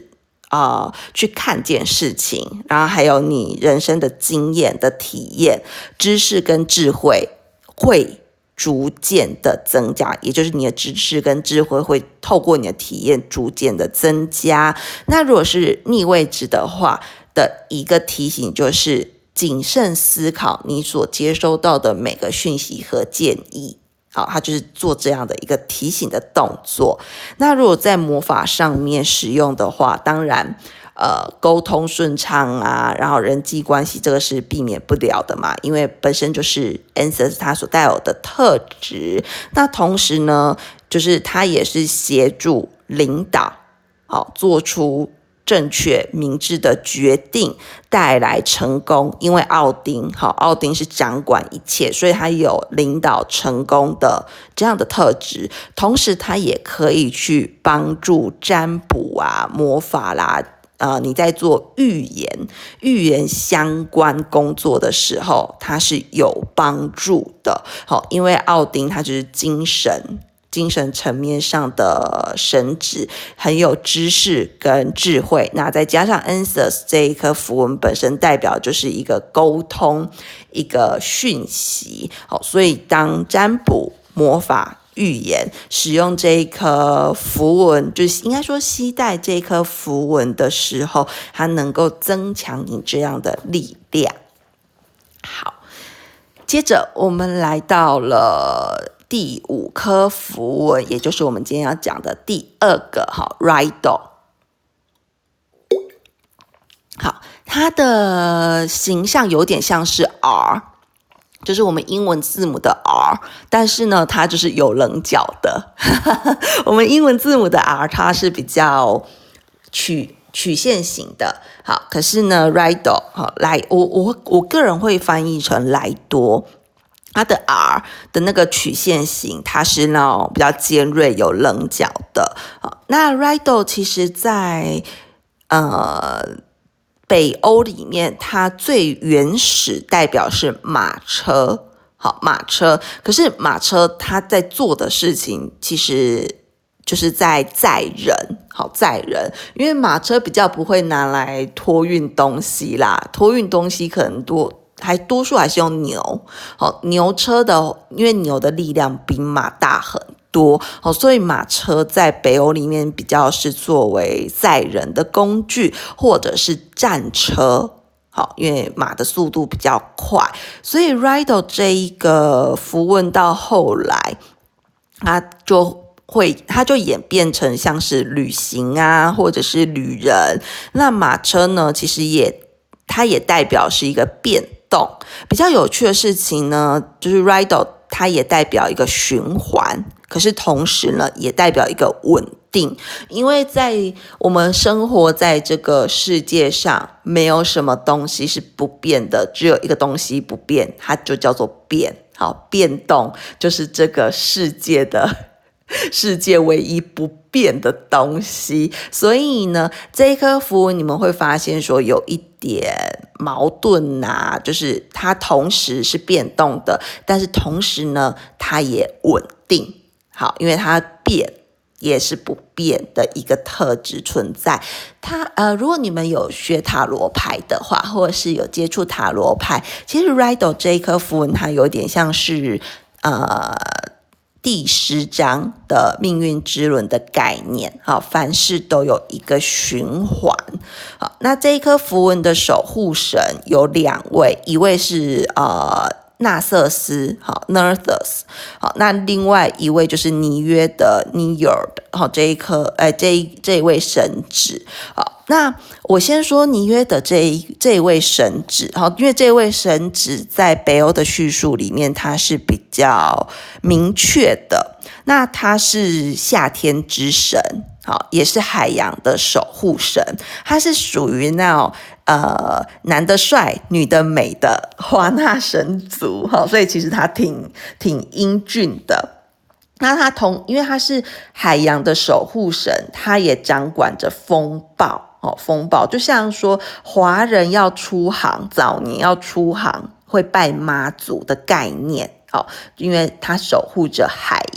去看见事情，然后还有你人生的经验的体验、知识跟智慧会逐渐的增加，也就是你的知识跟智慧会透过你的体验逐渐的增加。那如果是逆位置的话的一个提醒就是谨慎思考你所接收到的每个讯息和建议。好，它就是做这样的一个提醒的动作。那如果在魔法上面使用的话，当然沟通顺畅啊，然后人际关系这个是避免不了的嘛，因为本身就是 Ancestors 它所带有的特质。那同时呢，就是它也是协助领导好做出正确明智的决定，带来成功。因为奥丁是掌管一切，所以他有领导成功的这样的特质。同时他也可以去帮助占卜啊、魔法啦，你在做预言相关工作的时候，它是有帮助的。好，因为奥丁他就是精神层面上的神祇，很有知识跟智慧。那再加上 Ancestors 这一颗符文本身代表就是一个沟通，一个讯息。好，所以当占卜、魔法、预言使用这一颗符文，就是应该说携带这一颗符文的时候，它能够增强你这样的力量。好，接着我们来到了第5颗符文，也就是我们今天要讲的第2个Raido。好，它的形象有点像是 R， 就是我们英文字母的 R， 但是呢，它就是有棱角的。我们英文字母的 R， 它是比较曲线型的。好，可是呢 Raido 我个人会翻译成莱多。它的 R 的那个曲线型，它是那种比较尖锐有棱角的。那 Raido 其实在北欧里面，它最原始代表是马车。好，马车，可是马车它在做的事情其实就是在载人。好，载人，因为马车比较不会拿来托运东西啦，托运东西可能多数还是用牛。好，牛车的，因为牛的力量比马大很多，好，所以马车在北欧里面比较是作为载人的工具，或者是战车。好，因为马的速度比较快，所以 Raido 这一个符文到后来，它就演变成像是旅行啊，或者是旅人。那马车呢，其实它也代表是一个变动。比较有趣的事情呢，就是 Raido 它也代表一个循环，可是同时呢，也代表一个稳定。因为在我们生活在这个世界上，没有什么东西是不变的，只有一个东西不变，它就叫做变。好，变动就是这个世界唯一不变的东西。所以呢，这一颗符文你们会发现说有一点矛盾啊，就是它同时是变动的，但是同时呢，它也稳定。好，因为它变也是不变的一个特质存在。如果你们有学塔罗牌的话，或者是有接触塔罗牌，其实 Raido 这一颗符文它有点像是第10章的命运之轮的概念。好，凡事都有一个循环。好，那这一颗符文的守护神有2位，一位是纳瑟斯，好 Nerthus， 好，那另外一位就是尼约的 Njord， 好，这一位神祇。好，那我先说尼约的这一位神祇。好，因为这位神祇在北欧的叙述里面，它是比较明确的。那他是夏天之神，好，也是海洋的守护神。他是属于那种男的帅，女的美的华纳神族。好，所以其实他挺英俊的。那因为他是海洋的守护神，他也掌管着风暴。风暴就像说华人要出航，早年要出航会拜妈祖的概念。好，因为他守护着海洋。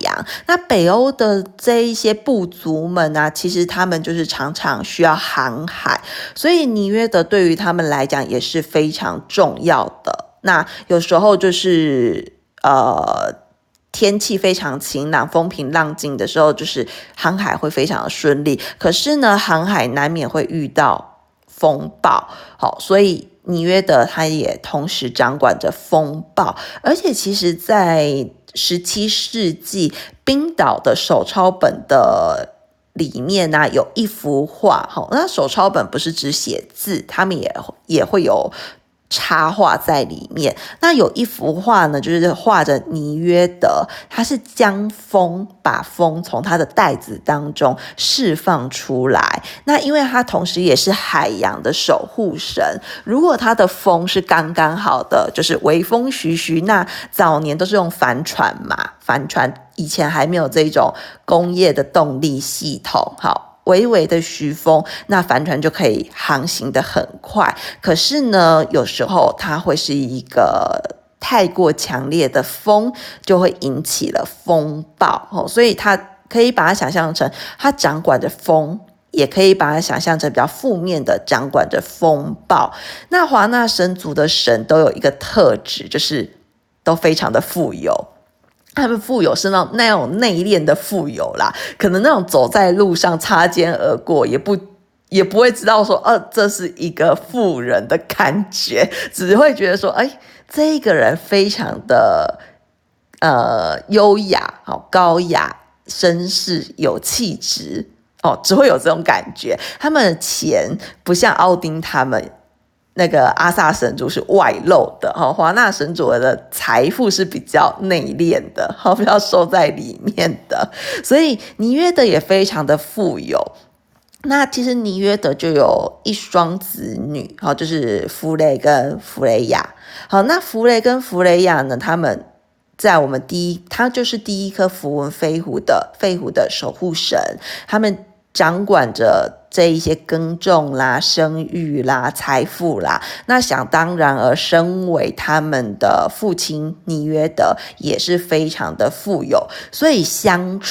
洋。那北欧的这一些部族们啊，其实他们就是常常需要航海，所以尼约德对于他们来讲也是非常重要的。那有时候就是天气非常晴朗，风平浪静的时候，就是航海会非常的顺利。可是呢，航海难免会遇到风暴，好，所以尼约德他也同时掌管着风暴。而且其实在17世纪冰岛的手抄本的里面呢，有一幅画，那手抄本不是只写字，他们也会有插画在里面。那有一幅画呢，就是画着尼约德，他是把风从他的袋子当中释放出来。那因为他同时也是海洋的守护神，如果他的风是刚刚好的，就是微风徐徐，那早年都是用帆船嘛，帆船以前还没有这种工业的动力系统，好，微微的徐风，那帆船就可以航行得很快。可是呢，有时候它会是一个太过强烈的风，就会引起了风暴，所以它可以把它想象成它掌管着风，也可以把它想象成比较负面的掌管着风暴。那华纳神族的神都有一个特质，就是都非常的富有。他们富有是那种内敛的富有啦，可能那种走在路上擦肩而过也不会知道说这是一个富人的感觉，只会觉得说这个人非常的优雅，高雅绅士有气质，只会有这种感觉。他们的钱不像奥丁他们那个阿萨神族是外露的，华纳神族的财富是比较内敛的，比较收在里面的，所以尼约德也非常的富有。那其实尼约德就有一双子女，就是弗雷跟弗雷亚。好，那弗雷跟弗雷亚呢，他们在我们他就是第一颗符文飞狐的守护神，他们掌管着这一些耕种啦、生育啦、财富啦。那想当然而身为他们的父亲尼约德也是非常的富有，所以相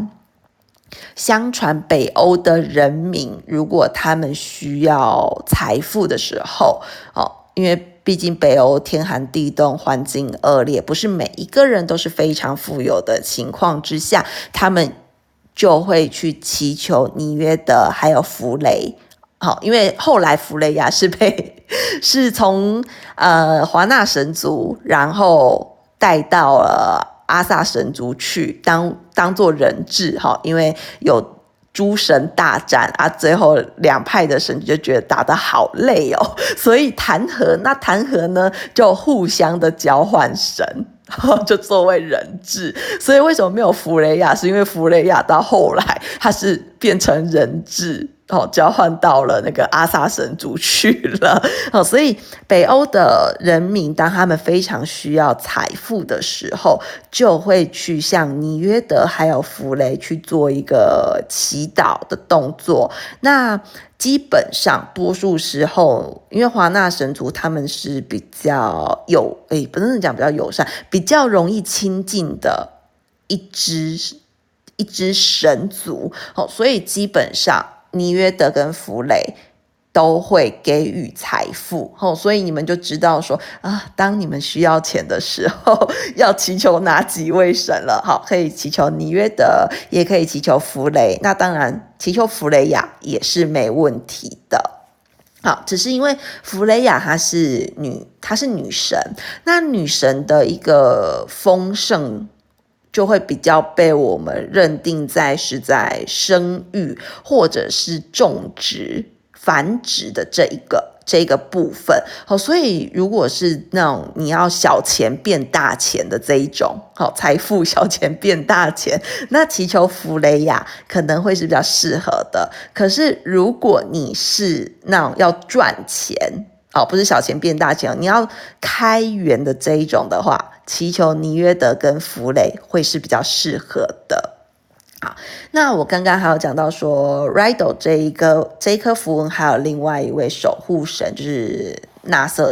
传北欧的人民，如果他们需要财富的时候，因为毕竟北欧天寒地冻，环境恶劣，不是每一个人都是非常富有的情况之下，他们就会去祈求尼约德还有弗雷。因为后来弗雷亚是从华纳神族，然后带到了阿萨神族去当做人质，因为有诸神大战啊，最后两派的神就觉得打得好累哦，所以谈和呢就互相的交换神，就作为人质。所以为什么没有弗雷亚，是因为弗雷亚到后来他是变成人质，交换到了那个阿萨神族去了。所以北欧的人民当他们非常需要财富的时候，就会去向尼约德还有弗雷去做一个祈祷的动作。那基本上多数时候，因为华纳神族他们是比较不是讲比较友善，比较容易亲近的一支神族，所以基本上尼约德跟弗雷都会给予财富，所以你们就知道说当你们需要钱的时候要祈求哪几位神了。可以祈求尼约德，也可以祈求弗雷，那当然祈求弗雷亚也是没问题的。只是因为弗雷亚她是女神，那女神的一个丰盛就会比较被我们认定是在生育或者是种植繁殖的这个部分。所以如果是那种你要小钱变大钱的这一种财富小钱变大钱，那祈求弗雷亚可能会是比较适合的。可是如果你是那种要赚钱不是小钱变大钱，你要开源的这一种的话，祈求尼约德跟弗雷会是比较适合的。好，那我刚刚还有讲到说 Rydell 这一颗符文还有另外一位守护神，就是纳瑟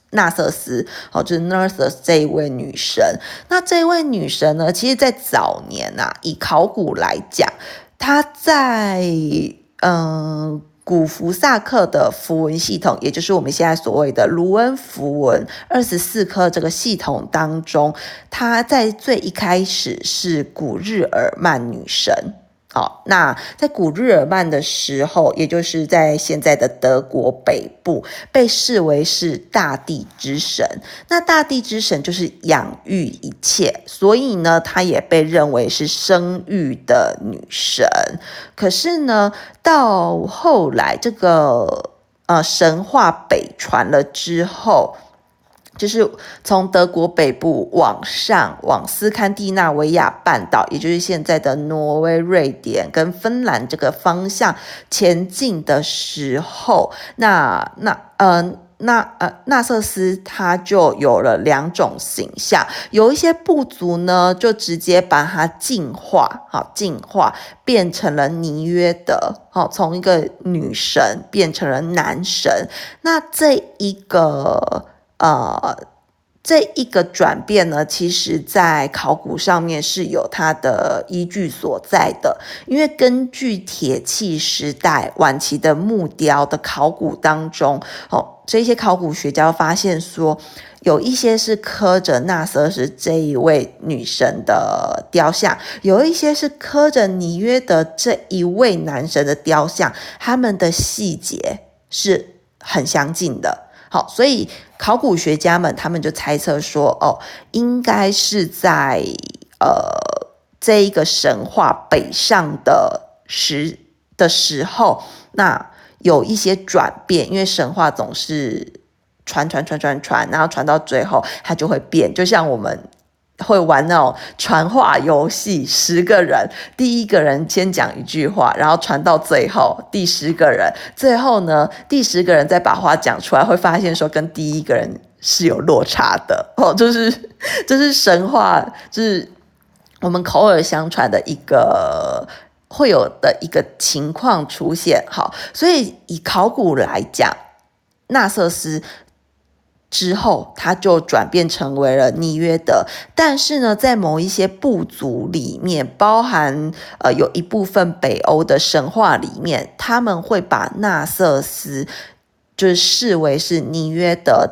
纳瑟斯，就是 Nerthus 这一位女神。那这一位女神呢，其实在早年以考古来讲，她在古福萨克的符文系统，也就是我们现在所谓的卢恩符文24颗这个系统当中，她在最一开始是古日耳曼女神。那在古日耳曼的时候，也就是在现在的德国北部，被视为是大地之神。那大地之神就是养育一切，所以呢，她也被认为是生育的女神。可是呢，到后来这个神话北传了之后，就是从德国北部往上往斯堪的纳维亚半岛，也就是现在的挪威、瑞典跟芬兰这个方向前进的时候，纳瑟斯他就有了2种形象，有一些部族呢就直接把它进化变成了尼约德，从一个女神变成了男神。那这一个转变呢，其实在考古上面是有它的依据所在的，因为根据铁器时代晚期的木雕的考古当中，这些考古学家发现说，有一些是刻着纳瑟斯这一位女神的雕像，有一些是刻着尼约德这一位男神的雕像，他们的细节是很相近的。所以考古学家们他们就猜测说，应该是在这一个神话北上的时候，那有一些转变，因为神话总是传，然后传到最后它就会变，就像我们会玩那种传话游戏，10个人，第一个人先讲一句话，然后传到最后第10个人，最后呢第10个人再把话讲出来，会发现说跟第一个人是有落差的。就是神话，就是我们口耳相传的一个会有的一个情况出现。所以以考古来讲，纳瑟斯之后他就转变成为了尼约德，但是呢在某一些部族里面，包含有一部分北欧的神话里面，他们会把纳瑟斯就是视为是尼约德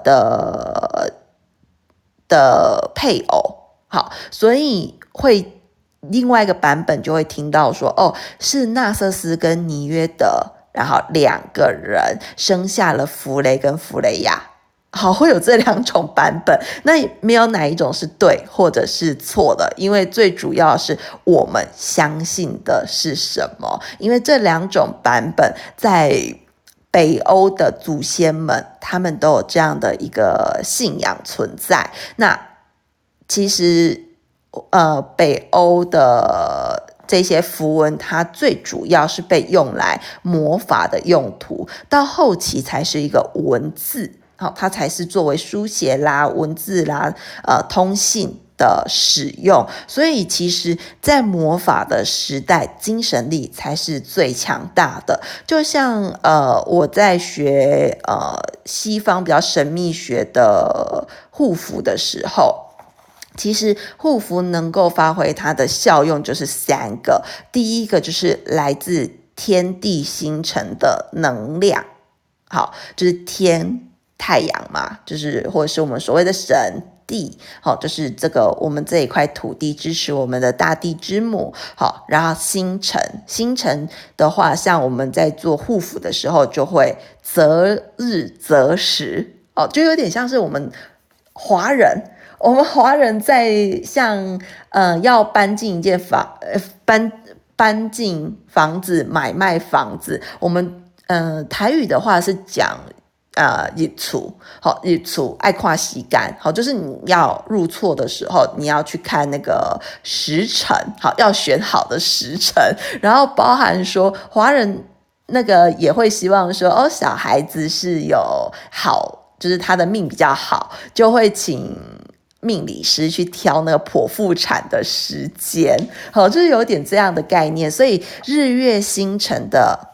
的配偶。所以会另外一个版本就会听到说，是纳瑟斯跟尼约德，然后2个人生下了弗雷跟弗雷亚。会有这2种版本，那没有哪一种是对或者是错的，因为最主要是我们相信的是什么。因为这2种版本在北欧的祖先们，他们都有这样的一个信仰存在。那其实北欧的这些符文，它最主要是被用来魔法的用途，到后期才是一个文字，它才是作为书写啦、文字啦、通信的使用。所以其实在魔法的时代，精神力才是最强大的。就像我在学西方比较神秘学的护符的时候，其实护符能够发挥它的效用就是3个。第一个就是来自天地星辰的能量，就是天太阳嘛，就是或者是我们所谓的神地，就是这个我们这一块土地支持我们的大地之母。然后星辰的话，像我们在做护符的时候就会择日择时，就有点像是我们华人在像要搬进一间搬进房子、买卖房子，我们台语的话是讲日出爱看时间，就是你要入错的时候，你要去看那个时辰，要选好的时辰。然后包含说华人那个也会希望说，小孩子是有好，就是他的命比较好，就会请命理师去挑那个剖腹产的时间，就是有点这样的概念。所以日月星辰的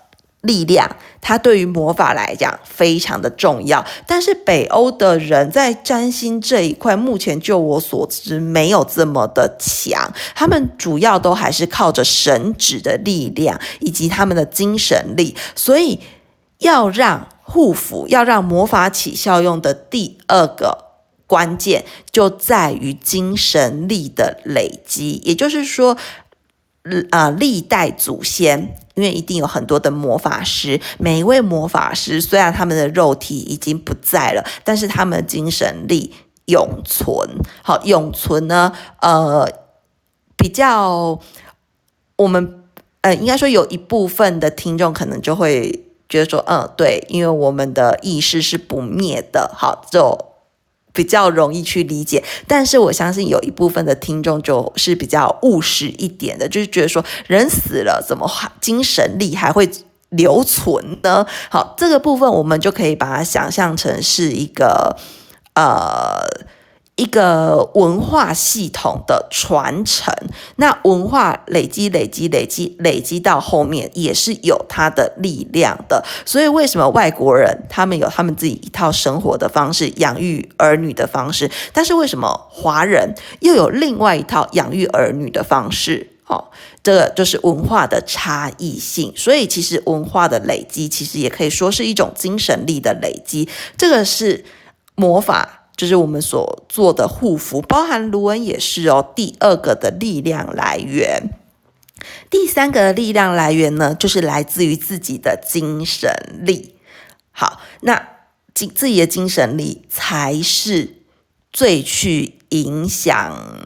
力量，它对于魔法来讲非常的重要。但是北欧的人在占星这一块，目前就我所知没有这么的强，他们主要都还是靠着神旨的力量以及他们的精神力，所以要让护符，要让魔法起效用的第二个关键就在于精神力的累积，也就是说历代祖先，因为一定有很多的魔法师，每一位魔法师虽然他们的肉体已经不在了，但是他们的精神力永存。好，永存呢，比较我们应该说有一部分的听众可能就会觉得说，对，因为我们的意识是不灭的，好，就比较容易去理解。但是我相信有一部分的听众就是比较务实一点的，就是觉得说人死了怎么精神力还会留存呢？好，这个部分我们就可以把它想象成是一个文化系统的传承。那文化累积到后面也是有它的力量的。所以为什么外国人他们有他们自己一套生活的方式，养育儿女的方式，但是为什么华人又有另外一套养育儿女的方式？这个就是文化的差异性。所以其实文化的累积其实也可以说是一种精神力的累积。这个是魔法，就是我们所做的护符，包含卢恩也是第二个的力量来源。第三个的力量来源呢，就是来自于自己的精神力。好，那自己的精神力才是最去影响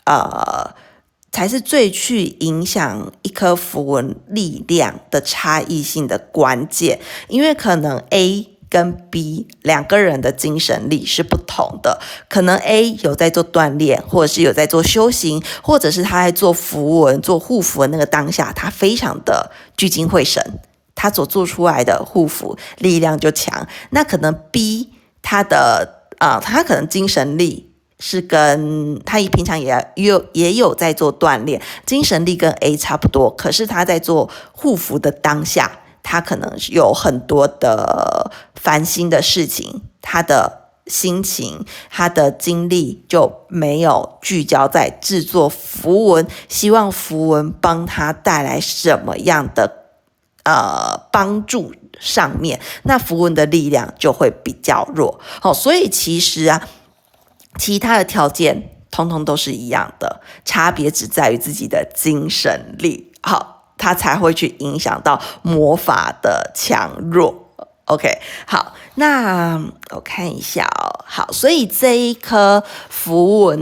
一颗符文力量的差异性的关键。因为可能 A跟 B 两个人的精神力是不同的，可能 A 有在做锻炼，或者是有在做修行，或者是他在做符文做护符的那个当下，他非常的聚精会神，他所做出来的护符力量就强。那可能 B 他可能精神力是跟他平常也有在做锻炼，精神力跟 A 差不多，可是他在做护符的当下，他可能有很多的烦心的事情，他的心情，他的精力就没有聚焦在制作符文，希望符文帮他带来什么样的帮助上面，那符文的力量就会比较弱。所以其实其他的条件通通都是一样的，差别只在于自己的精神力。好，它才会去影响到魔法的强弱。OK， 好，那我看一下好，所以这一颗符文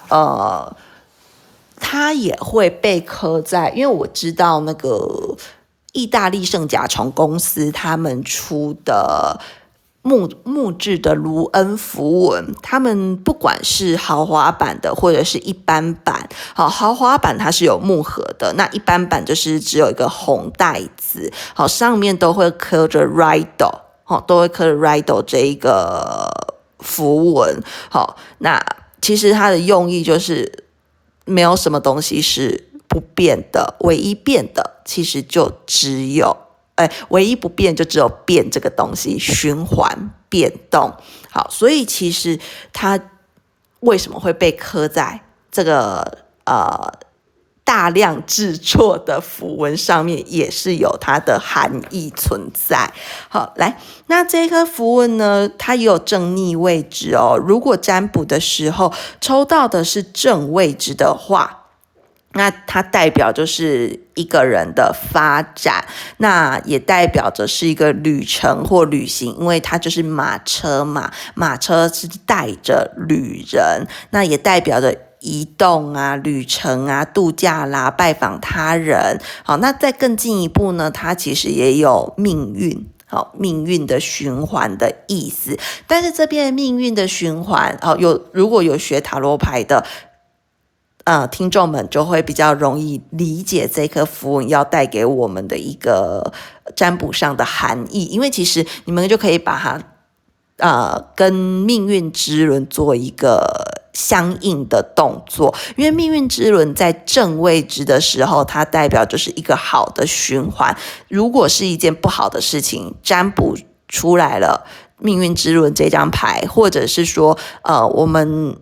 它也会被刻在，因为我知道那个意大利圣甲虫公司他们出的木质的卢恩符文，他们不管是豪华版的或者是一般版，好，豪华版它是有木盒的，那一般版就是只有一个红带子，好，上面都会刻着 Rido， 都会刻着 Rido 这一个符文。好，那其实它的用意就是没有什么东西是不变的，唯一变的其实就只有唯一不变就只有变这个东西，循环变动。好，所以其实它为什么会被刻在这个大量制作的符文上面，也是有它的含义存在。好，来，那这颗符文呢，它也有正逆位置如果占卜的时候抽到的是正位置的话，那它代表就是一个人的发展，那也代表着是一个旅程或旅行，因为它就是马车嘛，马车是带着旅人，那也代表着移动旅程度假啦，拜访他人。好，那再更进一步呢，它其实也有命运。好，命运的循环的意思。但是这边的命运的循环，如果有学塔罗牌的听众们就会比较容易理解这颗符文要带给我们的一个占卜上的含义，因为其实你们就可以把它跟命运之轮做一个相应的动作，因为命运之轮在正位置的时候，它代表就是一个好的循环。如果是一件不好的事情，占卜出来了命运之轮这张牌，或者是说我们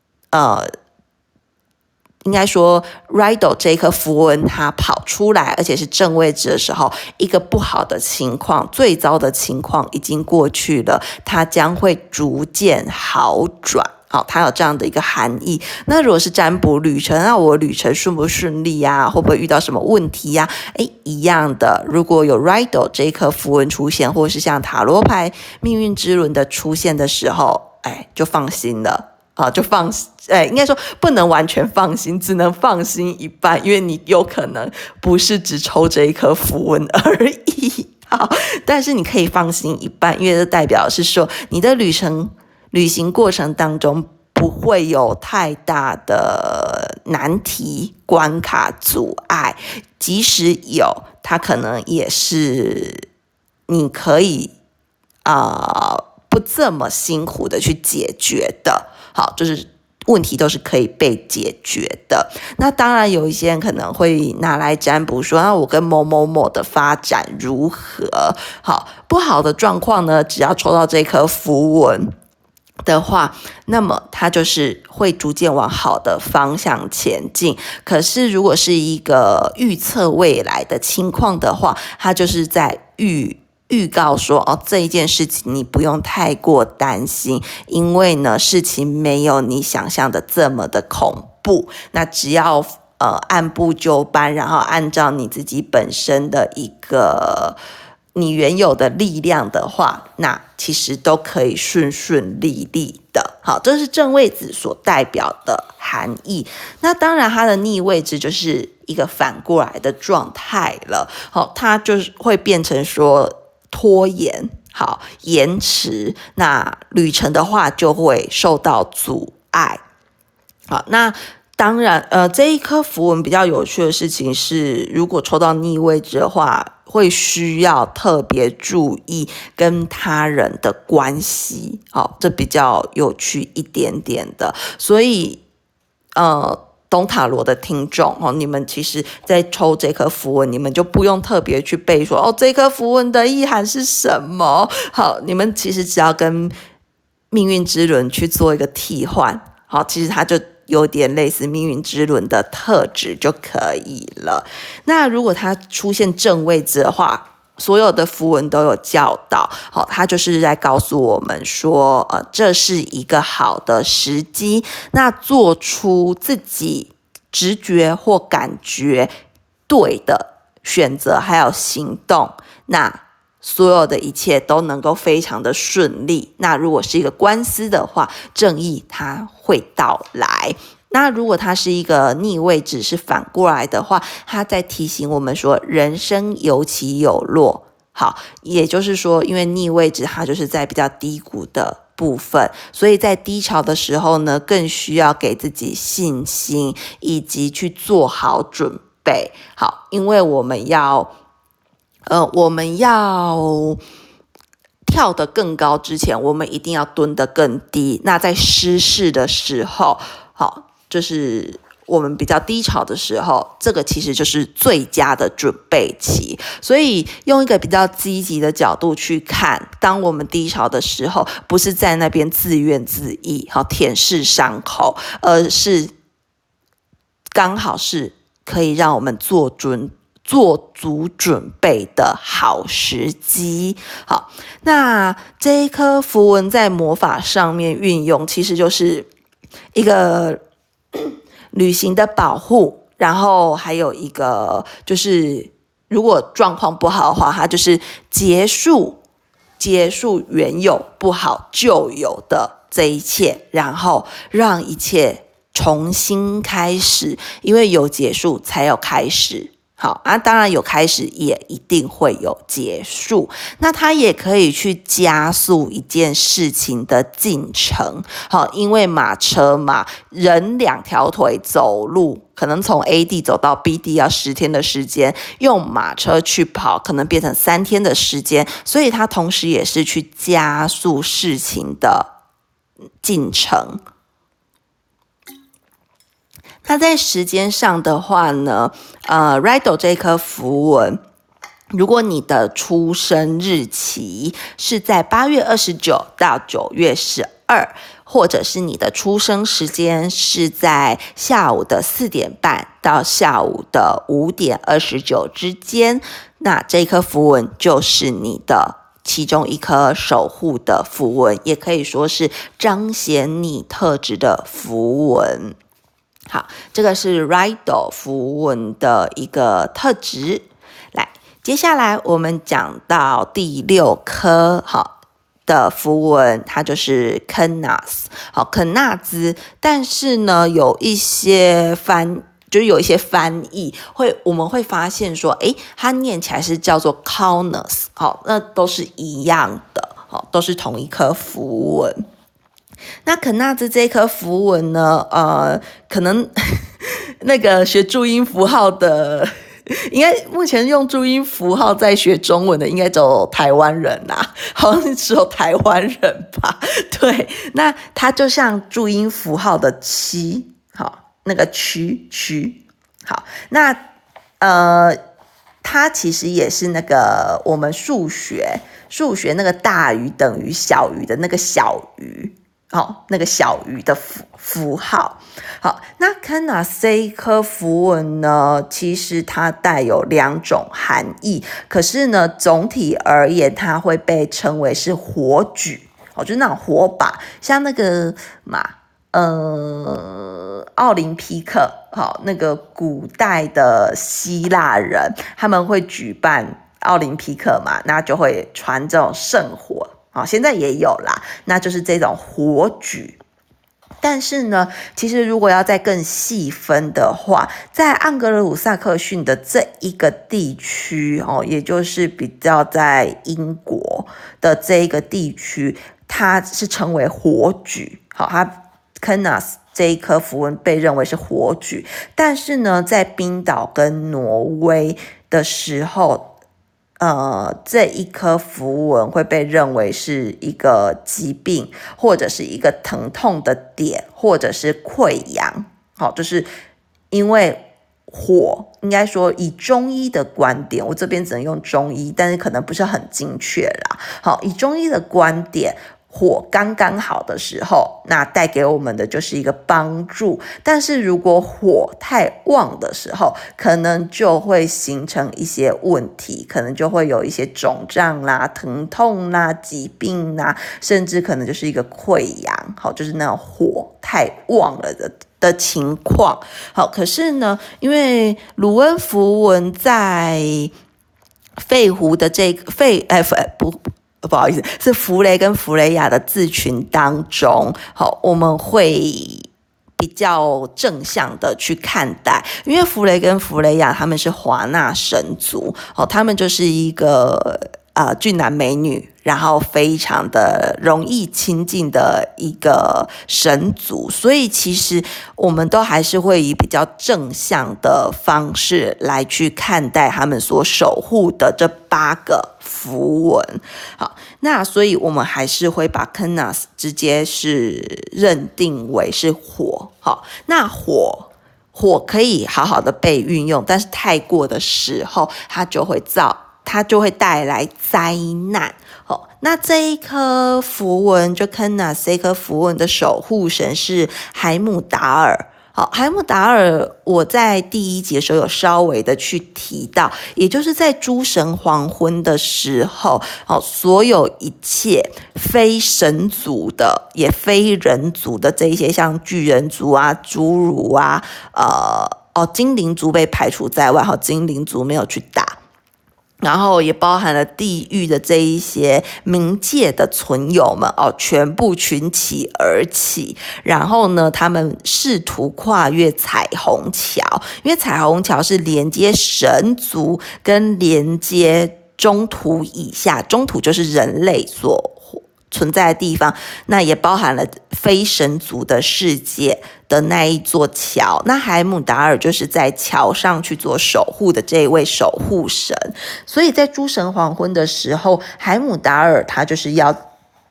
应该说 Riddle 这颗符文它跑出来，而且是正位置的时候，一个不好的情况，最糟的情况已经过去了，它将会逐渐好转。好，它有这样的一个含义。那如果是占卜旅程，那我旅程顺不顺利啊？会不会遇到什么问题啊？一样的，如果有 Riddle 这一颗符文出现，或是像塔罗牌命运之轮的出现的时候，就放心了。应该说不能完全放心，只能放心一半，因为你有可能不是只抽这一颗符文而已。好，但是你可以放心一半，因为这代表是说你的旅行过程当中不会有太大的难题、关卡、阻碍，即使有，它可能也是你可以不这么辛苦的去解决的。好，就是问题都是可以被解决的。那当然有一些人可能会拿来占卜说，我跟某某某的发展如何。好，不好的状况呢，只要抽到这颗符文的话，那么它就是会逐渐往好的方向前进。可是如果是一个预测未来的情况的话，它就是在预告说这一件事情你不用太过担心，因为呢事情没有你想象的这么的恐怖。那只要按部就班，然后按照你自己本身的一个你原有的力量的话，那其实都可以顺顺利利的。好，这是正位置所代表的含义。那当然它的逆位置就是一个反过来的状态了。好，它就是会变成说拖延，好，延迟，那旅程的话就会受到阻碍。好，那当然这一颗符文比较有趣的事情是，如果抽到逆位置的话，会需要特别注意跟他人的关系。好，这比较有趣一点点的。所以懂塔罗的听众你们其实在抽这颗符文，你们就不用特别去背说这颗符文的意涵是什么。好，你们其实只要跟命运之轮去做一个替换，好，其实它就有点类似命运之轮的特质就可以了。那如果它出现正位置的话，所有的符文都有教导，好，它就是在告诉我们说，这是一个好的时机，那做出自己直觉或感觉对的选择还有行动，那所有的一切都能够非常的顺利。那如果是一个官司的话，正义它会到来。那如果它是一个逆位置是反过来的话，它在提醒我们说人生有起有落。好，也就是说因为逆位置它就是在比较低谷的部分，所以在低潮的时候呢，更需要给自己信心以及去做好准备。好，因为我们要跳得更高之前，我们一定要蹲得更低。那在失势的时候，好，就是我们比较低潮的时候，这个其实就是最佳的准备期。所以用一个比较积极的角度去看，当我们低潮的时候，不是在那边自怨自艾，好，舔舐伤口，而是刚好是可以让我们做足准备的好时机。好，那这一颗符文在魔法上面运用，其实就是一个旅行的保护，然后还有一个就是如果状况不好的话，它就是结束原有不好就有的这一切，然后让一切重新开始，因为有结束才有开始。好当然有开始也一定会有结束，那它也可以去加速一件事情的进程。好，因为马车嘛，人两条腿走路，可能从 A 地走到 B 地要10天的时间，用马车去跑可能变成3天的时间，所以它同时也是去加速事情的进程。 那在时间上的话呢，Rydell 这颗符文，如果你的出生日期是在8月29到9月12，或者是你的出生时间是在下午的4点半到下午的5点29之间，那这颗符文就是你的其中一颗守护的符文，也可以说是彰显你特质的符文。好，这个是 Rydell 符文的一个特质。来，接下来我们讲到第6颗好的符文，它就是 Knaz。 好，肯纳兹，但是呢有一些翻译我们会发现说它念起来是叫做 Knaz。 好，那都是一样的，好，都是同一颗符文。那肯纳兹这颗符文呢，可能那个学注音符号的，应该目前用注音符号在学中文的，应该只有台湾人啊，好像只有台湾人吧？对，那它就像注音符号的7，好，那个区，好，那它其实也是那个我们数学那个大于等于小于的那个小于。好，那个小于的符号。好，那 Knaz 这一颗符文呢，其实它带有2种含义，可是呢，总体而言，它会被称为是火炬，就是那种火把，像那个奥林匹克，好，那个古代的希腊人，他们会举办奥林匹克嘛，那就会传这种圣火。好，现在也有啦，那就是这种火炬。但是呢，其实如果要再更细分的话，在盎格鲁撒克逊的这一个地区，也就是比较在英国的这一个地区，它是称为火炬。好，它 Knaz 这一颗符文被认为是火炬，但是呢，在冰岛跟挪威的时候，这一颗符文会被认为是一个疾病，或者是一个疼痛的点，或者是溃疡。好，就是因为火，应该说以中医的观点，我这边只能用中医，但是可能不是很精确啦。好，以中医的观点，火刚刚好的时候，那带给我们的就是一个帮助。但是如果火太旺的时候，可能就会形成一些问题，可能就会有一些肿胀啦、疼痛啦、疾病啦，甚至可能就是一个溃疡。好，就是那种火太旺了的情况。好，可是呢，因为卢恩符文在费湖的这个不好意思，是弗雷跟弗雷亚的字群当中，好，我们会比较正向的去看待，因为弗雷跟弗雷亚他们是华纳神族，他们就是一个俊男美女，然后非常的容易亲近的一个神族，所以其实我们都还是会以比较正向的方式来去看待他们所守护的这8个符文。好，那所以我们还是会把 Knaz 直接是认定为是火。好，那火可以好好的被运用，但是太过的时候，它就会带来灾难。好，那这一颗符文就Knaz这颗符文的守护神是海姆达尔。好，海姆达尔我在第1集的时候有稍微的去提到，也就是在诸神黄昏的时候，所有一切非神族的也非人族的这一些像巨人族啊、侏儒啊、精灵族被排除在外，精灵族没有去打，然后也包含了地狱的这一些冥界的存有们全部群起而起，然后呢，他们试图跨越彩虹桥，因为彩虹桥是连接神族跟连接中土以下，中土就是人类所存在的地方，那也包含了非神族的世界的那一座桥。那海姆达尔就是在桥上去做守护的这一位守护神，所以在诸神黄昏的时候，海姆达尔他就是要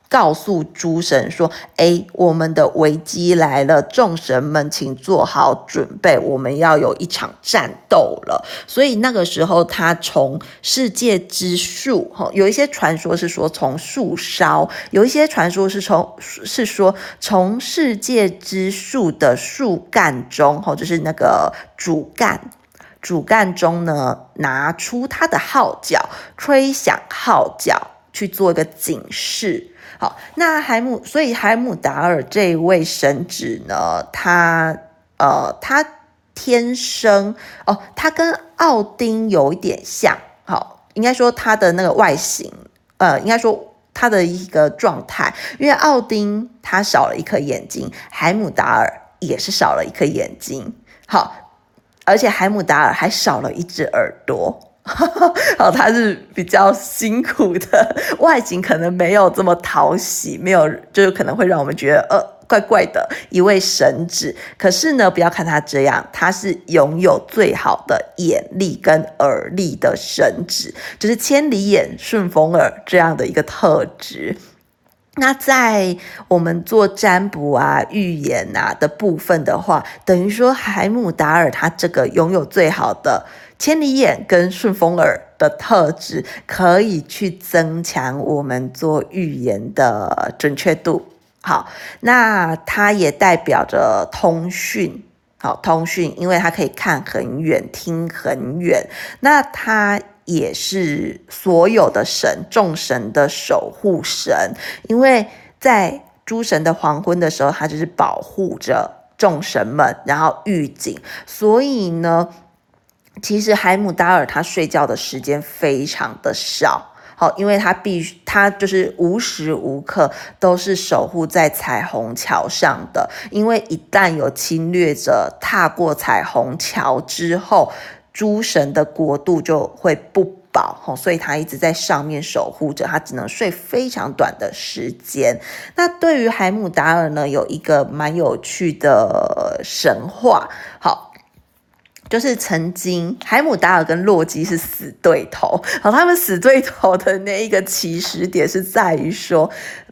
告诉诸神说，我们的危机来了，众神们请做好准备，我们要有一场战斗了。所以那个时候他从世界之树，有一些传说是说从树梢，有一些传说是说从世界之树的树干中，就是那个主干中呢，拿出他的号角，吹响号角去做一个警示。好，那所以海姆达尔这位神祇呢，他天生他跟奥丁有一点像，好，应该说他的那个外形，应该说他的一个状态，因为奥丁他少了一颗眼睛，海姆达尔也是少了一颗眼睛，好，而且海姆达尔还少了一只耳朵。他是比较辛苦的，外形可能没有这么讨喜，没有就是可能会让我们觉得怪怪的一位神祇。可是呢，不要看他这样，他是拥有最好的眼力跟耳力的神祇，就是千里眼、顺风耳这样的一个特质。那在我们做占卜啊、预言啊的部分的话，等于说海姆达尔他这个拥有最好的千里眼跟顺风耳的特质，可以去增强我们做预言的准确度。好，那它也代表着通讯。好，通讯，因为它可以看很远、听很远。那它也是所有的神、众神的守护神，因为在诸神的黄昏的时候，它就是保护着众神们，然后预警。所以呢，其实海姆达尔他睡觉的时间非常的少，好，因为他就是无时无刻都是守护在彩虹桥上的，因为一旦有侵略者踏过彩虹桥之后，诸神的国度就会不保，所以他一直在上面守护着，他只能睡非常短的时间。那对于海姆达尔呢，有一个蛮有趣的神话，好，就是曾经海姆达尔跟洛基是死对头，好，他们死对头的那一个起始点是在于说，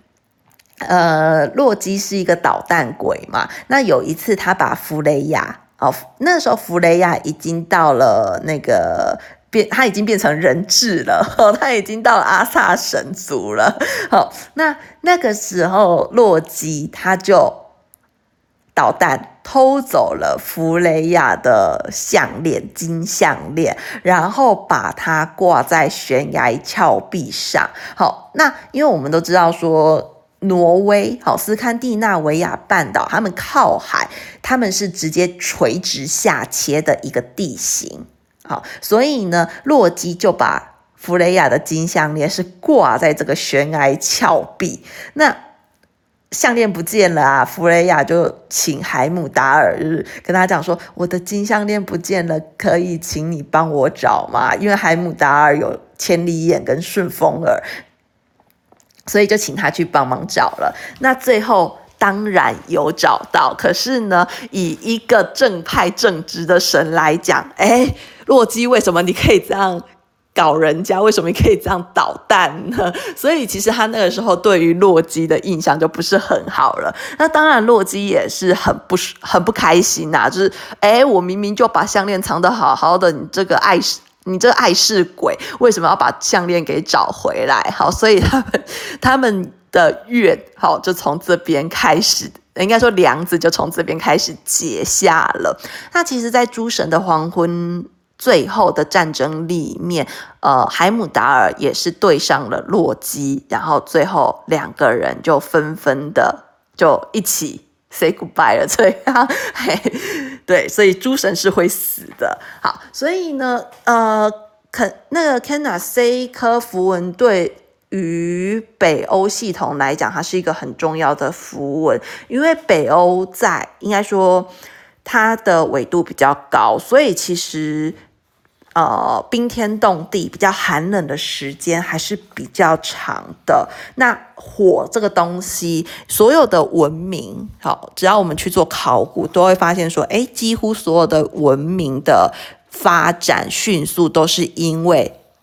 洛基是一个捣蛋鬼嘛，那有一次他把弗雷亚，那时候弗雷亚已经到了那个他已经变成人质了，他已经到了阿萨神族了。好，那个时候洛基他就捣蛋，偷走了弗雷亚的项链，金项链，然后把它挂在悬崖峭壁上。好，那因为我们都知道说，挪威，斯堪的纳维亚半岛，他们靠海，他们是直接垂直下切的一个地形。好，所以呢，洛基就把弗雷亚的金项链是挂在这个悬崖峭壁。那项链不见了啊，弗雷亚就请海姆达尔跟他讲说，我的金项链不见了，可以请你帮我找吗？因为海姆达尔有千里眼跟顺风耳，所以就请他去帮忙找了。那最后当然有找到，可是呢，以一个正派正直的神来讲，洛基为什么你可以这样搞人家，为什么你可以这样捣蛋呢？所以其实他那个时候对于洛基的印象就不是很好了。那当然洛基也是很不开心啊，就是我明明就把项链藏得好好的，你这个碍事鬼为什么要把项链给找回来？好，所以他们的怨，好，就从这边开始，应该说梁子就从这边开始结下了。那其实在诸神的黄昏最后的战争里面，海姆达尔也是对上了洛基，然后最后两个人就纷纷的就一起 say goodbye 了，这样，对，所以诸神是会死的。好，所以呢，那个 Kenna 颗符文对于北欧系统来讲，它是一个很重要的符文，因为北欧应该说它的纬度比较高，所以其实冰天冻地比较寒冷的时间还是比较长的。那火这个东西，所有的文明，好，只要我们去做考古，都会发现说，几乎所有的文明的发展迅速都是因为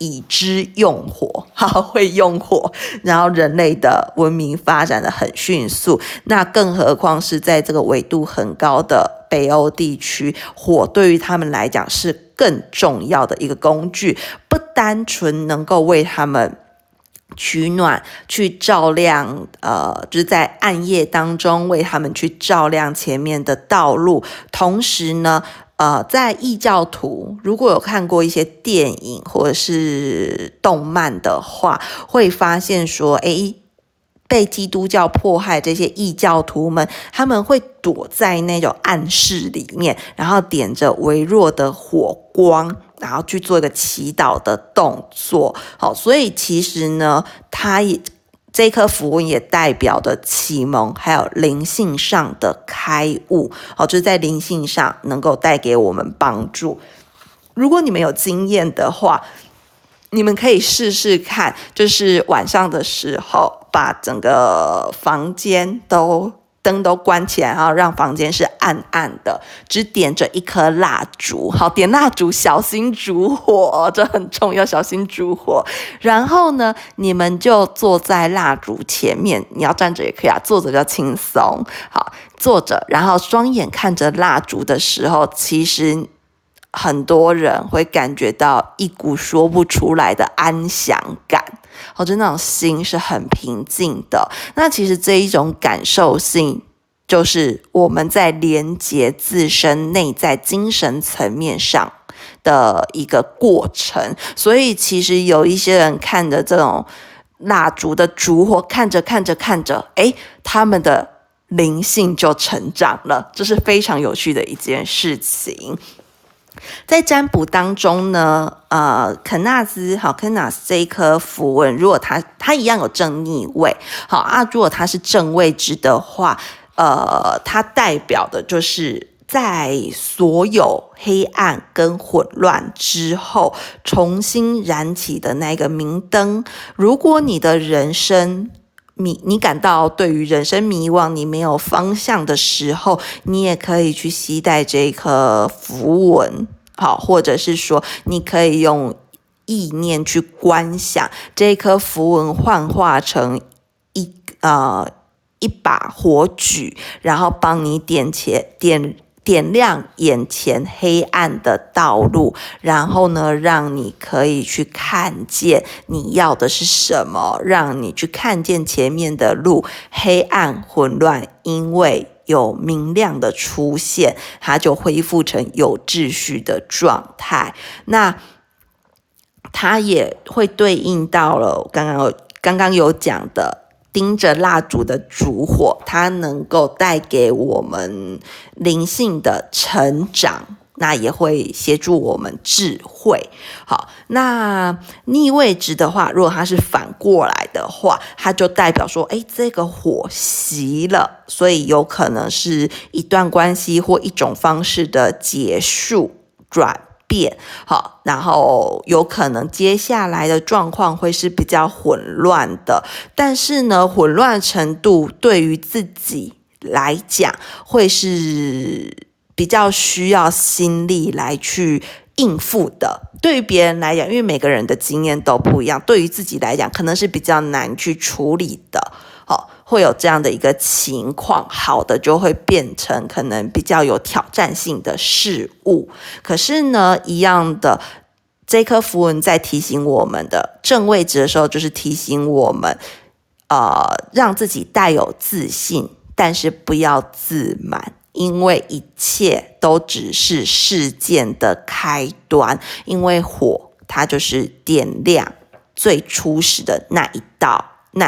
已知用火，好，会用火，然后人类的文明发展的很迅速，那更何况是在这个纬度很高的北欧地区，火对于他们来讲是更重要的一个工具，不单纯能够为他们取暖，去照亮就是在暗夜当中为他们去照亮前面的道路，同时呢在异教徒如果有看过一些电影或者是动漫的话，会发现说被基督教迫害这些异教徒们，他们会躲在那种暗室里面，然后点着微弱的火光，然后去做一个祈祷的动作。好，所以其实呢，这颗符文也代表的启蒙，还有灵性上的开悟。好，就是在灵性上能够带给我们帮助。如果你们有经验的话，你们可以试试看，就是晚上的时候把整个房间灯都关起来，然后让房间是暗暗的，只点着一颗蜡烛。好，点蜡烛小心烛火，这很重要，小心烛火。然后呢，你们就坐在蜡烛前面，你要站着也可以啊，坐着比较轻松。好，坐着，然后双眼看着蜡烛的时候，其实很多人会感觉到一股说不出来的安详感。就那种心是很平静的。那其实这一种感受性，就是我们在连接自身内在精神层面上的一个过程。所以其实有一些人看着这种蜡烛的烛火，看着，他们的灵性就成长了，这是非常有趣的一件事情。在占卜当中呢，肯纳斯这一颗符文，如果它一样有正逆位，如果它是正位置的话，它代表的就是在所有黑暗跟混乱之后，重新燃起的那个明灯。如果你的人生你感到对于人生迷惘，你没有方向的时候，你也可以去携带这一颗符文，好，或者是说你可以用意念去观想这一颗符文幻化成一把火炬，然后帮你点亮眼前黑暗的道路，然后呢，让你可以去看见你要的是什么，让你去看见前面的路黑暗混乱，因为有明亮的出现，它就恢复成有秩序的状态。那它也会对应到了刚刚有讲的盯着蜡烛的烛火，它能够带给我们灵性的成长，那也会协助我们智慧。好，那逆位置的话，如果它是反过来的话，它就代表说这个火熄了，所以有可能是一段关系或一种方式的结束转变。好，然后有可能接下来的状况会是比较混乱的，但是呢，混乱程度对于自己来讲会是比较需要心力来去应付的。对于别人来讲，因为每个人的经验都不一样，对于自己来讲可能是比较难去处理的。会有这样的一个情况，好的就会变成可能比较有挑战性的事物。可是呢，一样的，这颗符文在提醒我们的正位置的时候，就是提醒我们让自己带有自信，但是不要自满，因为一切都只是事件的开端。因为火它就是点亮最初始的那一道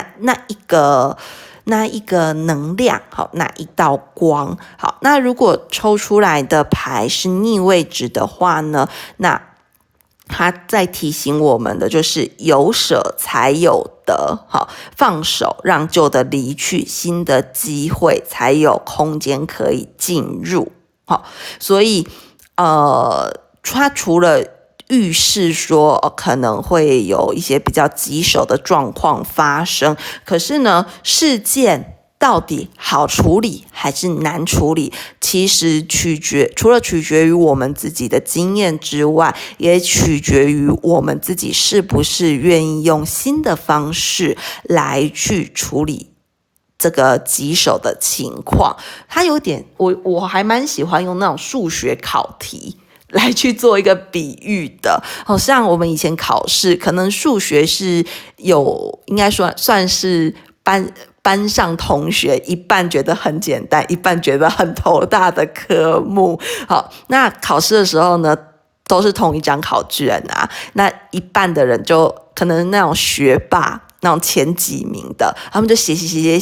那一个能量，好，那一道光。好，那如果抽出来的牌是逆位置的话呢，那它在提醒我们的就是有舍才有得。好，放手让旧的离去，新的机会才有空间可以进入。好，所以它除了预示说可能会有一些比较棘手的状况发生，可是呢，事件到底好处理还是难处理，其实除了取决于我们自己的经验之外，也取决于我们自己是不是愿意用新的方式来去处理这个棘手的情况。它有点，我还蛮喜欢用那种数学考题来去做一个比喻的。好像我们以前考试，可能数学是应该算是班上同学一半觉得很简单，一半觉得很头大的科目。好，那考试的时候呢，都是同一张考卷啊，那一半的人就可能那种学霸，那种前几名的，他们就写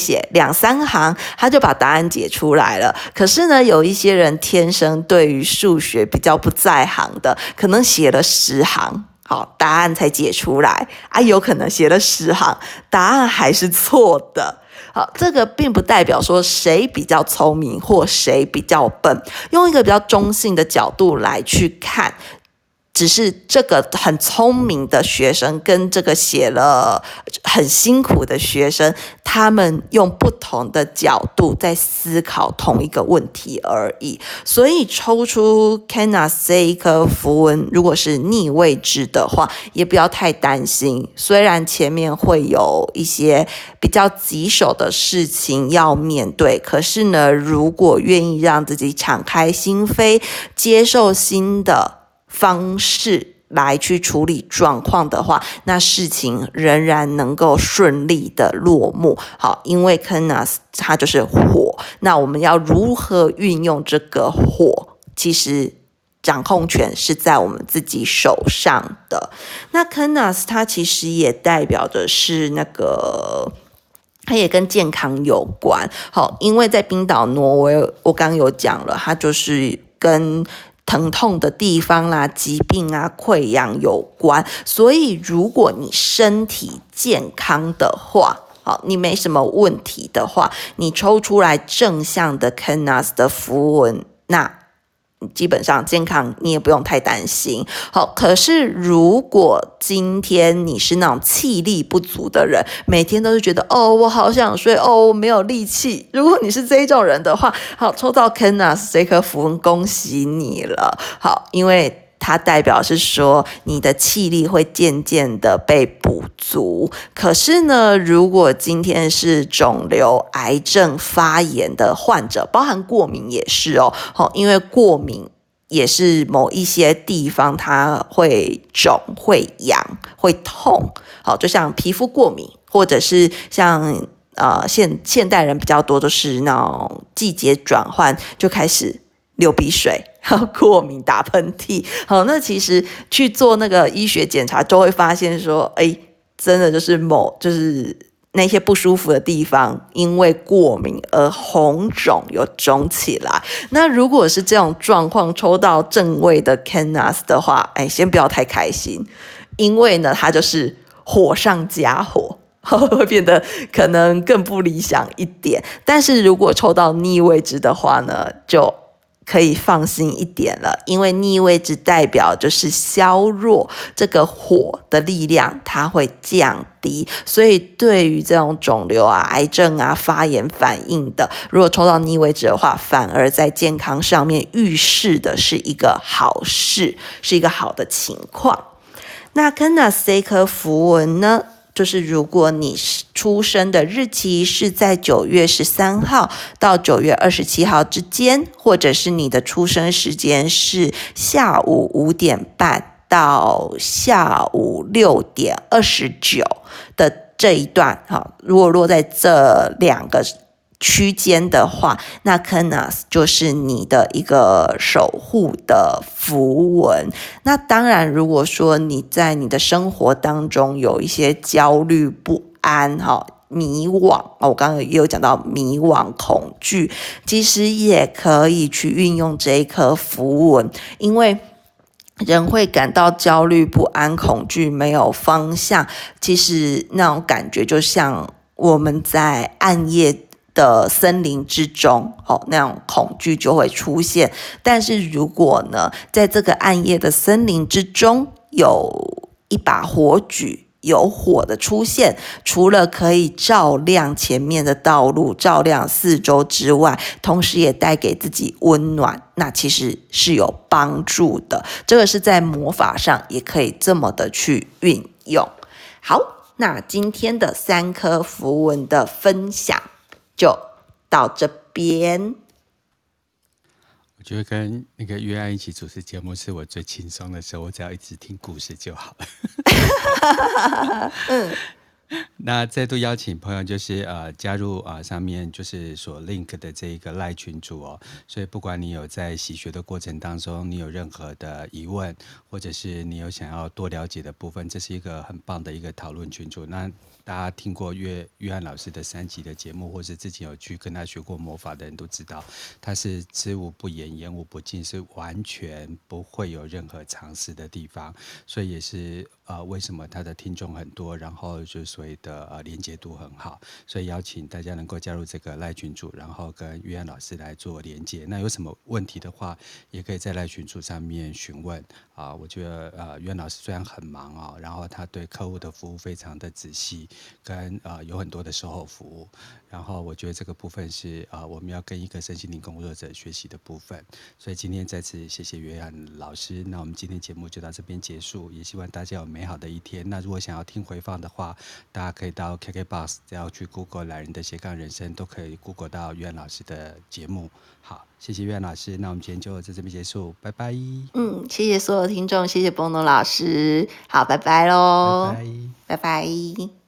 2-3行，他就把答案解出来了。可是呢，有一些人天生对于数学比较不在行的，可能写了10行，好，答案才解出来啊，有可能写了10行，答案还是错的。好，这个并不代表说谁比较聪明或谁比较笨，用一个比较中性的角度来去看，只是这个很聪明的学生跟这个写了很辛苦的学生，他们用不同的角度在思考同一个问题而已。所以抽出 Kenas 这一颗符文，如果是逆位置的话，也不要太担心。虽然前面会有一些比较棘手的事情要面对，可是呢，如果愿意让自己敞开心扉，接受新的方式来去处理状况的话，那事情仍然能够顺利的落幕。好，因为 Kenas 它就是火，那我们要如何运用这个火，其实掌控权是在我们自己手上的。那 Kenas 它其实也代表的是它也跟健康有关。好，因为在冰岛挪威，我刚刚有讲了，它就是跟疼痛的地方啦、疾病啊、溃疡有关。所以如果你身体健康的话，好，你没什么问题的话，你抽出来正向的 Kenas 的符文，那基本上健康你也不用太担心。好，可是如果今天你是那种气力不足的人，每天都是觉得我好想睡，我没有力气，如果你是这种人的话，好，抽到 Kenas 这颗符文，恭喜你了。好，因为它代表是说你的气力会渐渐的被补足。可是呢，如果今天是肿瘤、癌症、发炎的患者，包含过敏也是因为过敏也是某一些地方它会肿、会痒、会痛。好，就像皮肤过敏，或者是像现代人比较多都是那种季节转换就开始流鼻水，过敏、打喷嚏。好，那其实去做那个医学检查，就会发现说，真的就是那些不舒服的地方，因为过敏而红肿，有肿起来。那如果是这种状况，抽到正位的 Kenas 的话，先不要太开心，因为呢，它就是火上加火。会变得可能更不理想一点。但是如果抽到逆位置的话呢，就可以放心一点了，因为逆位置代表就是削弱这个火的力量，它会降低。所以对于这种肿瘤啊、癌症啊、发炎反应的，如果抽到逆位置的话，反而在健康上面预示的是一个好事，是一个好的情况。那 Kenas 这颗符文呢，就是如果你出生的日期是在9月13号到9月27号之间，或者是你的出生时间是下午5点半到下午6点29的这一段，如果落在这2个区间的话，那 Kenas 就是你的一个守护的符文。那当然，如果说你在你的生活当中有一些焦虑不安、迷惘，我刚刚也有讲到迷惘、恐惧，其实也可以去运用这一颗符文，因为人会感到焦虑不安、恐惧没有方向，其实那种感觉就像我们在暗夜的森林之中，那种恐惧就会出现。但是如果呢，在这个暗夜的森林之中有一把火炬， 有火的出现，除了可以照亮前面的道路，照亮四周之外，同时也带给自己温暖，那其实是有帮助的。这个是在魔法上也可以这么的去运用。好，那今天的3颗符文的分享就到这边。 我觉得跟那个约翰一起主持节目是我最轻松的时候，我只要一直听故事就好了。那再度邀请朋友，就是加入上面就是所 link 的这一个赖群组哦。所以不管你有在习学的过程当中，你有任何的疑问，或者是你有想要多了解的部分，这是一个很棒的一个讨论群组。那大家听过约翰老师的3集的节目，或是之前有去跟他学过魔法的人都知道，他是知无不言，言无不尽，是完全不会有任何尝试的地方。所以也是为什么他的听众很多，然后就所谓的连接度很好。所以邀请大家能够加入这个赖群组，然后跟约翰老师来做连接。那有什么问题的话，也可以在赖群组上面询问我觉得约翰老师虽然很忙然后他对客户的服务非常的仔细，跟有很多的售后服务。然后我觉得这个部分是我们要跟一个身心灵工作者学习的部分。所以今天再次谢谢约翰老师。那我们今天节目就到这边结束，也希望大家有美好的一天。那如果想要听回放的话，大家可以到 KKBOX， 只要去 Google 懒人的斜杠人生，都可以 Google 到约翰老师的节目。好，谢谢约翰老师。那我们今天就在这边结束，拜拜。 谢谢所有听众，谢谢波诺老师。好，拜拜喽， 拜拜。 拜拜。